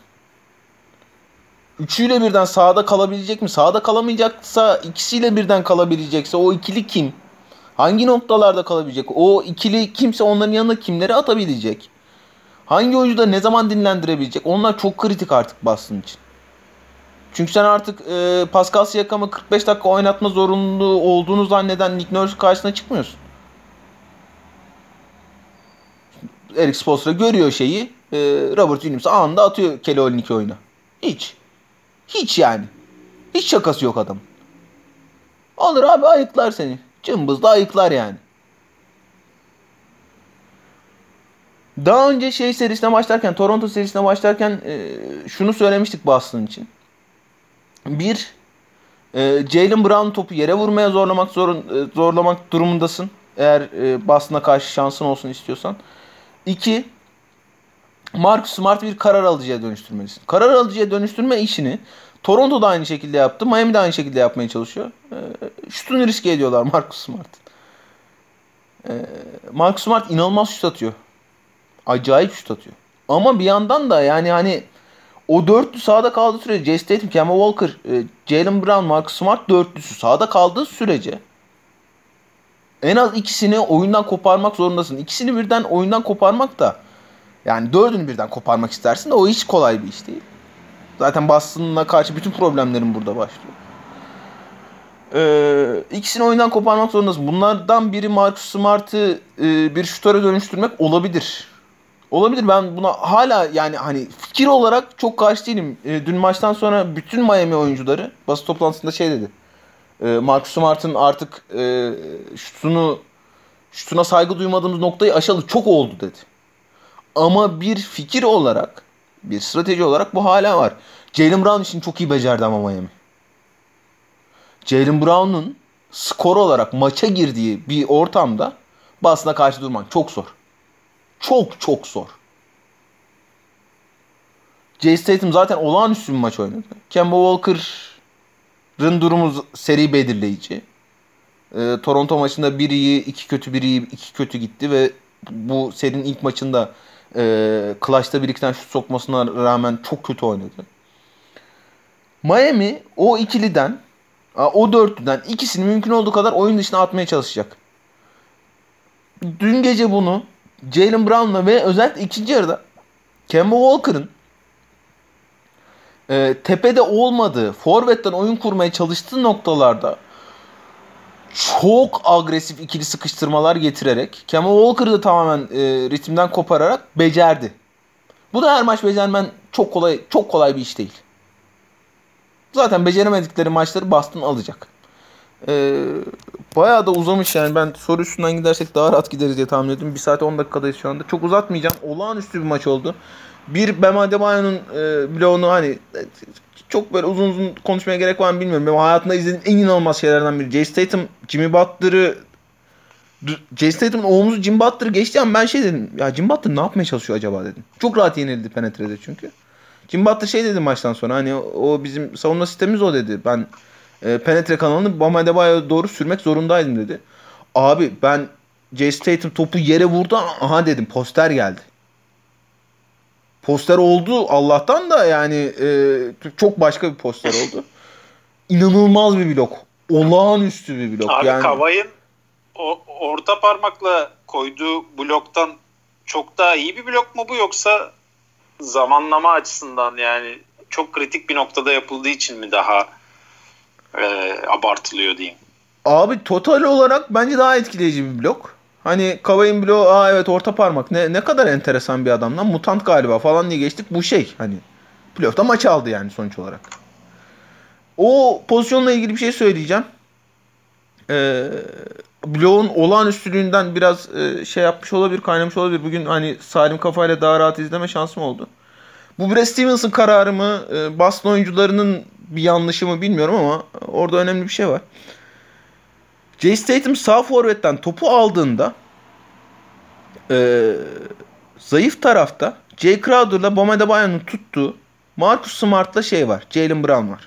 birden sahada kalabilecek mi? Sahada kalamayacaksa ikisiyle birden kalabilecekse o ikili kim? Hangi noktalarda kalabilecek? O ikili kimse onların yanına kimleri atabilecek? Hangi oyuncuda ne zaman dinlendirebilecek? Onlar çok kritik artık Boston için. Çünkü sen artık Pascal Siakam'ı 45 dakika oynatma zorunluluğu olduğunu zanneden Nick Nurse karşısına çıkmıyorsun. Eric Spoelstra görüyor şeyi. Robert Williams anında atıyor Kelly Olynyk'i oyuna. Hiç yani. Hiç şakası yok adam. Alır abi ayıklar seni. Cımbızla ayıklar yani. Daha önce serisine başlarken, Toronto serisine başlarken şunu söylemiştik Boston için. Bir, Jaylen Brown topu yere vurmaya zorlamak durumundasın. Eğer Boston'a karşı şansın olsun istiyorsan. 2, Marcus Smart'ı bir karar alıcıya dönüştürmelisin. Karar alıcıya dönüştürme işini Toronto da aynı şekilde yaptı. Miami de aynı şekilde yapmaya çalışıyor. Şutunu riske ediyorlar Marcus Smart. Marcus Smart inanılmaz şut atıyor. Acayip şut atıyor. Ama bir yandan da yani hani o dörtlü sahada kaldığı sürece Jay Statham, Kemba Walker, Jaylen Brown, Marcus Smart dörtlüsü sahada kaldığı sürece en az ikisini oyundan koparmak zorundasın. İkisini birden oyundan koparmak da yani dördünü birden koparmak istersin de o hiç kolay bir iş değil. Zaten Boston'a karşı bütün problemlerin burada başlıyor. İkisini oyundan koparmak zorundasın. Bunlardan biri Marcus Smart'ı bir şutöre dönüştürmek olabilir. Olabilir. Ben buna hala yani hani fikir olarak çok karşı değilim. Dün maçtan sonra bütün Miami oyuncuları basın toplantısında dedi. Marcus Smart'ın artık şutuna saygı duymadığımız noktayı aşalı çok oldu dedi. Ama bir fikir olarak, bir strateji olarak bu hala var. Jaylen Brown için çok iyi becerdi ama Miami. Jaylen Brown'un skor olarak maça girdiği bir ortamda Boston'a karşı durmak çok zor. Çok zor. Jay Statham zaten olağanüstü bir maç oynadı. Kemba Walker'ın durumu seri belirleyici. Toronto maçında biri iyi, iki kötü gitti ve bu serinin ilk maçında clutch'ta bir iki tane şut sokmasına rağmen çok kötü oynadı. Miami o ikiliden, o dörtlüden ikisini mümkün olduğu kadar oyun dışına atmaya çalışacak. Dün gece bunu Jaylen Brown'la ve özellikle ikinci yarıda Kemba Walker'ın tepede olmadığı, forvetten oyun kurmaya çalıştığı noktalarda çok agresif ikili sıkıştırmalar getirerek Kemba Walker'ı da tamamen ritimden kopararak becerdi. Bu da her maç becermen çok kolay bir iş değil. Zaten beceremedikleri maçları Boston alacak. Bayağı da uzamış yani. Ben soru üstünden gidersek daha rahat gideriz diye tahmin ediyorum. 1 saat 10 dakikadayız şu anda. Çok uzatmayacağım. Olağanüstü bir maç oldu. Bir Bam Adebayo'nun bloğunu hani çok böyle uzun konuşmaya gerek var mı bilmiyorum. Benim hayatımda izlediğim en inanılmaz şeylerden biri. Jay Statham'ın omuzu Jimmy Butler'ı geçti ama ben dedim. Ya Jimmy Butler ne yapmaya çalışıyor acaba dedim. Çok rahat yenildi penetrede çünkü. Jimmy Butler dedi maçtan sonra hani o bizim savunma sistemimiz o dedi. Ben penetre kanalını Bam Adebayo'ya doğru sürmek zorundaydım dedi. Abi ben Jay Statham topu yere vurdu. Aha dedim poster geldi. Poster oldu Allah'tan da yani çok başka bir poster oldu. İnanılmaz bir blok. Olağanüstü bir blok. Abi yani... Kavay'ın orta parmakla koyduğu bloktan çok daha iyi bir blok mu bu, yoksa zamanlama açısından yani çok kritik bir noktada yapıldığı için mi daha abartılıyor diyeyim? Abi total olarak bence daha etkileyici bir blok. Hani Kavay'ın bloğu evet orta parmak ne kadar enteresan bir adam lan, mutant galiba falan diye geçtik, bu hani playoff'ta maç aldı yani sonuç olarak. O pozisyonla ilgili bir şey söyleyeceğim. Bloğun olağanüstülüğünden biraz yapmış olabilir, kaynamış olabilir. Bugün hani salim kafayla daha rahat izleme şansım oldu. Bu Brad Stevens'ın kararı mı, Boston oyuncularının bir yanlışı mı bilmiyorum ama orada önemli bir şey var. Jason Tatum sağ forvetten topu aldığında zayıf tarafta Jay Crowder'la Bam Adebayo'nun tuttuğu Marcus Smart'la var, Jaylen Brown var.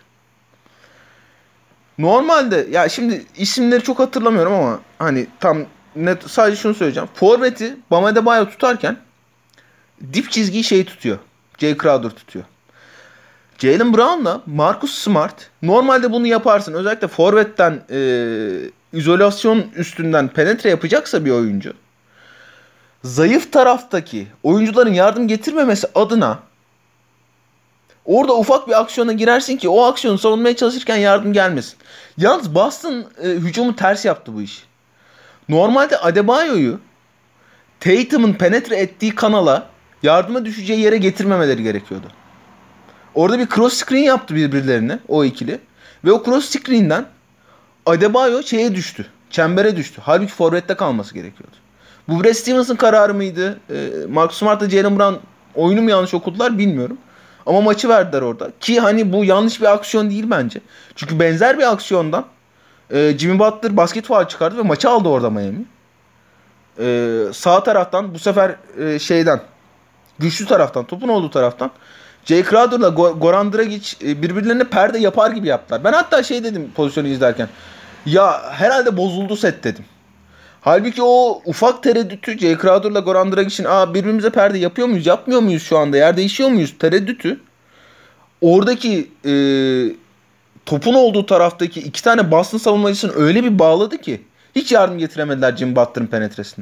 Normalde ya şimdi isimleri çok hatırlamıyorum ama hani tam net sadece şunu söyleyeceğim. Forvet'i Bam Adebayo tutarken dip çizgiyi tutuyor. Jay Crowder tutuyor. Jaylen Brown'la Marcus Smart normalde bunu yaparsın. Özellikle forvetten izolasyon üstünden penetre yapacaksa bir oyuncu, zayıf taraftaki oyuncuların yardım getirmemesi adına orada ufak bir aksiyona girersin ki o aksiyonu savunmaya çalışırken yardım gelmesin. Yalnız Boston hücumu ters yaptı bu işi. Normalde Adebayo'yu Tatum'un penetre ettiği kanala, yardıma düşeceği yere getirmemeleri gerekiyordu. Orada bir cross screen yaptı birbirlerine o ikili. Ve o cross screen'den Adebayo düştü. Çembere düştü. Halbuki forvette kalması gerekiyordu. Bu Brad Stevens'ın kararı mıydı? Marcus Smart'la Jaylen Brown oyunu mu yanlış okudular bilmiyorum. Ama maçı verdiler orada. Ki hani bu yanlış bir aksiyon değil bence. Çünkü benzer bir aksiyondan Jimmy Butler basket faul çıkardı ve maçı aldı orada Miami. Sağ taraftan bu sefer güçlü taraftan, topun olduğu taraftan Jay Crowder'la Goran Dragic birbirlerine perde yapar gibi yaptılar. Ben hatta dedim pozisyonu izlerken. Ya herhalde bozuldu set dedim. Halbuki o ufak tereddütü Jay Crowder'la Goran Dragic'in birbirimize perde yapıyor muyuz, yapmıyor muyuz şu anda, yer değişiyor muyuz tereddütü oradaki topun olduğu taraftaki iki tane Boston savunmacısını öyle bir bağladı ki hiç yardım getiremediler Jimmy Butler'ın penetresine.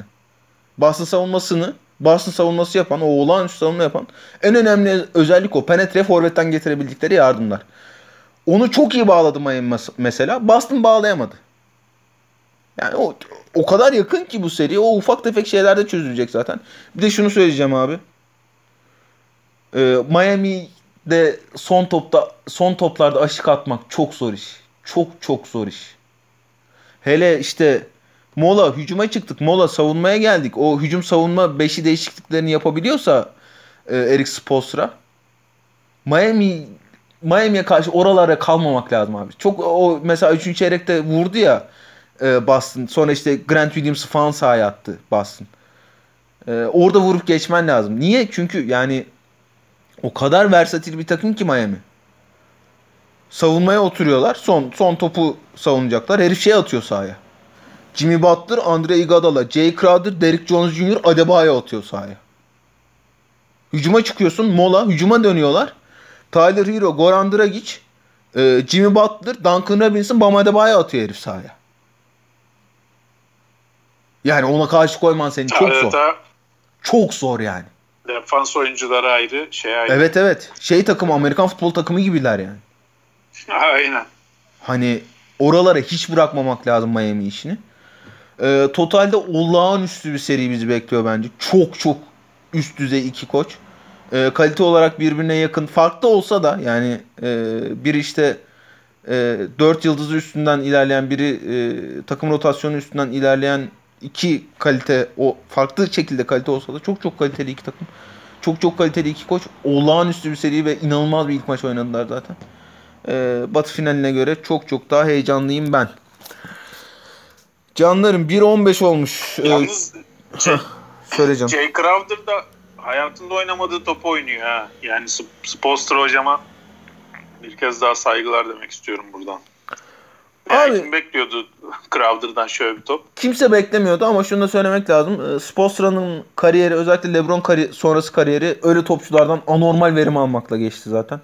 Boston savunması yapan, o olağanüstü savunma yapan en önemli özellik o. Penetre forvetten getirebildikleri yardımlar. Onu çok iyi bağladı Miami mesela. Boston bağlayamadı. Yani o kadar yakın ki bu seri. O ufak tefek şeylerde çözülecek zaten. Bir de şunu söyleyeceğim abi. Miami'de son toplarda aşık atmak çok zor iş. Çok çok zor iş. Hele mola hücuma çıktık. Mola savunmaya geldik. O hücum savunma beşi değişikliklerini yapabiliyorsa Erik Spoelstra, Miami'ye karşı oralara kalmamak lazım abi. Çok o mesela 3. çeyrekte vurdu ya Boston. Sonra Grant Williams'ı falan sahaya attı Boston. Orada vurup geçmen lazım. Niye? Çünkü yani o kadar versatil bir takım ki Miami. Savunmaya oturuyorlar. Son topu savunacaklar. Herif atıyor sahaya. Jimmy Butler, Andre Iguodala, Jay Crowder, Derrick Jones Jr. Adebayo atıyor sahaya. Hücuma çıkıyorsun. Mola. Hücuma dönüyorlar. Tyler Hero, Goran Dragic, Jimmy Butler, Duncan Robinson, Bam Adebayo atıyor herif sahaya. Yani ona karşı koyman senin çok zor. Çok zor yani. Defans oyuncuları ayrı, ayrı. Evet. Takım, Amerikan futbol takımı gibiler yani. Aynen. Hani oralara hiç bırakmamak lazım Miami işini. Totalde olağanüstü bir seri bizi bekliyor bence. Çok çok üst düzey iki koç. Kalite olarak birbirine yakın. Farklı olsa da yani biri 4 yıldızı üstünden ilerleyen, biri takım rotasyonu üstünden ilerleyen iki kalite, o farklı şekilde kalite olsa da çok çok kaliteli iki takım. Çok çok kaliteli iki koç. Olağanüstü bir seri ve inanılmaz bir ilk maç oynadılar zaten. Batı finaline göre çok çok daha heyecanlıyım ben. Canlarım 1-15 olmuş. Yalnız söyleyeceğim. Jay Crowder da hayatında oynamadığı topu oynuyor ha. Yani Spoelstra hocama bir kez daha saygılar demek istiyorum buradan. Abi, kim bekliyordu Crowder'dan şöyle bir top? kimse beklemiyordu ama şunu da söylemek lazım. Spoelstra'nın kariyeri, özellikle LeBron sonrası kariyeri öyle topçulardan anormal verim almakla geçti zaten.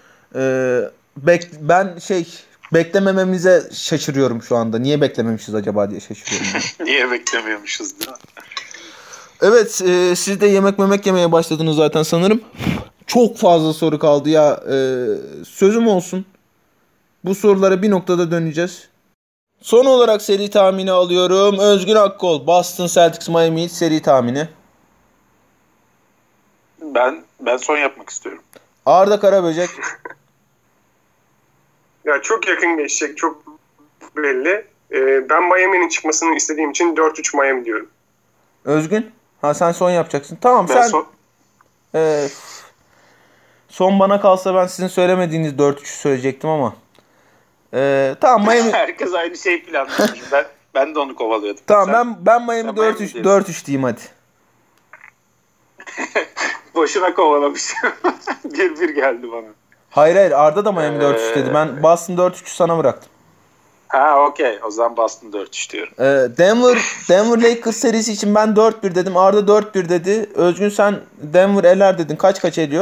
Ben beklemememize şaşırıyorum şu anda. Niye beklememişiz acaba diye şaşırıyorum. Niye beklemiyormuşuz değil mi? Evet, siz de yemek yemeye başladınız zaten sanırım. Çok fazla soru kaldı ya. Sözüm olsun. Bu sorulara bir noktada döneceğiz. Son olarak seri tahmini alıyorum. Özgün Akkol, Boston Celtics Miami Heat seri tahmini. Ben son yapmak istiyorum. Arda Karaböcek. Ya çok yakın geçecek, çok belli. Ben Miami'nin çıkmasını istediğim için 4-3 Miami diyorum. Özgün. Ha, sen son yapacaksın. Tamam, Ben sen son bana kalsa ben sizin söylemediğiniz 4-3'ü söyleyecektim ama. Tamam, Miami. Herkes aynı şey planlamış. Ben de onu kovalıyordum. Tamam, ben Miami 4-3 diyeyim hadi. Boşuna kovalamış. 1-1 geldi bana. Hayır, Arda da Miami 4-3 dedi. Ben Boston 4-3'ü sana bıraktım. Ha, okey. O zaman Boston 4-3 diyorum. Denver Lakers serisi için ben 4-1 dedim. Arda 4-1 dedi. Özgün, sen Denver eler dedin. Kaç ediyor?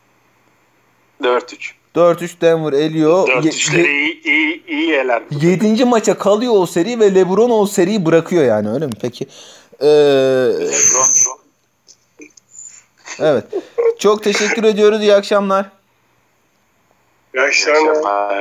4-3. 4-3 Denver eliyor. 4-3'leri iyi eler. 7. maça kalıyor o seri ve LeBron o seriyi bırakıyor yani, öyle mi? Peki. LeBron. Evet. Çok teşekkür ediyoruz. İyi akşamlar. İyi akşamlar.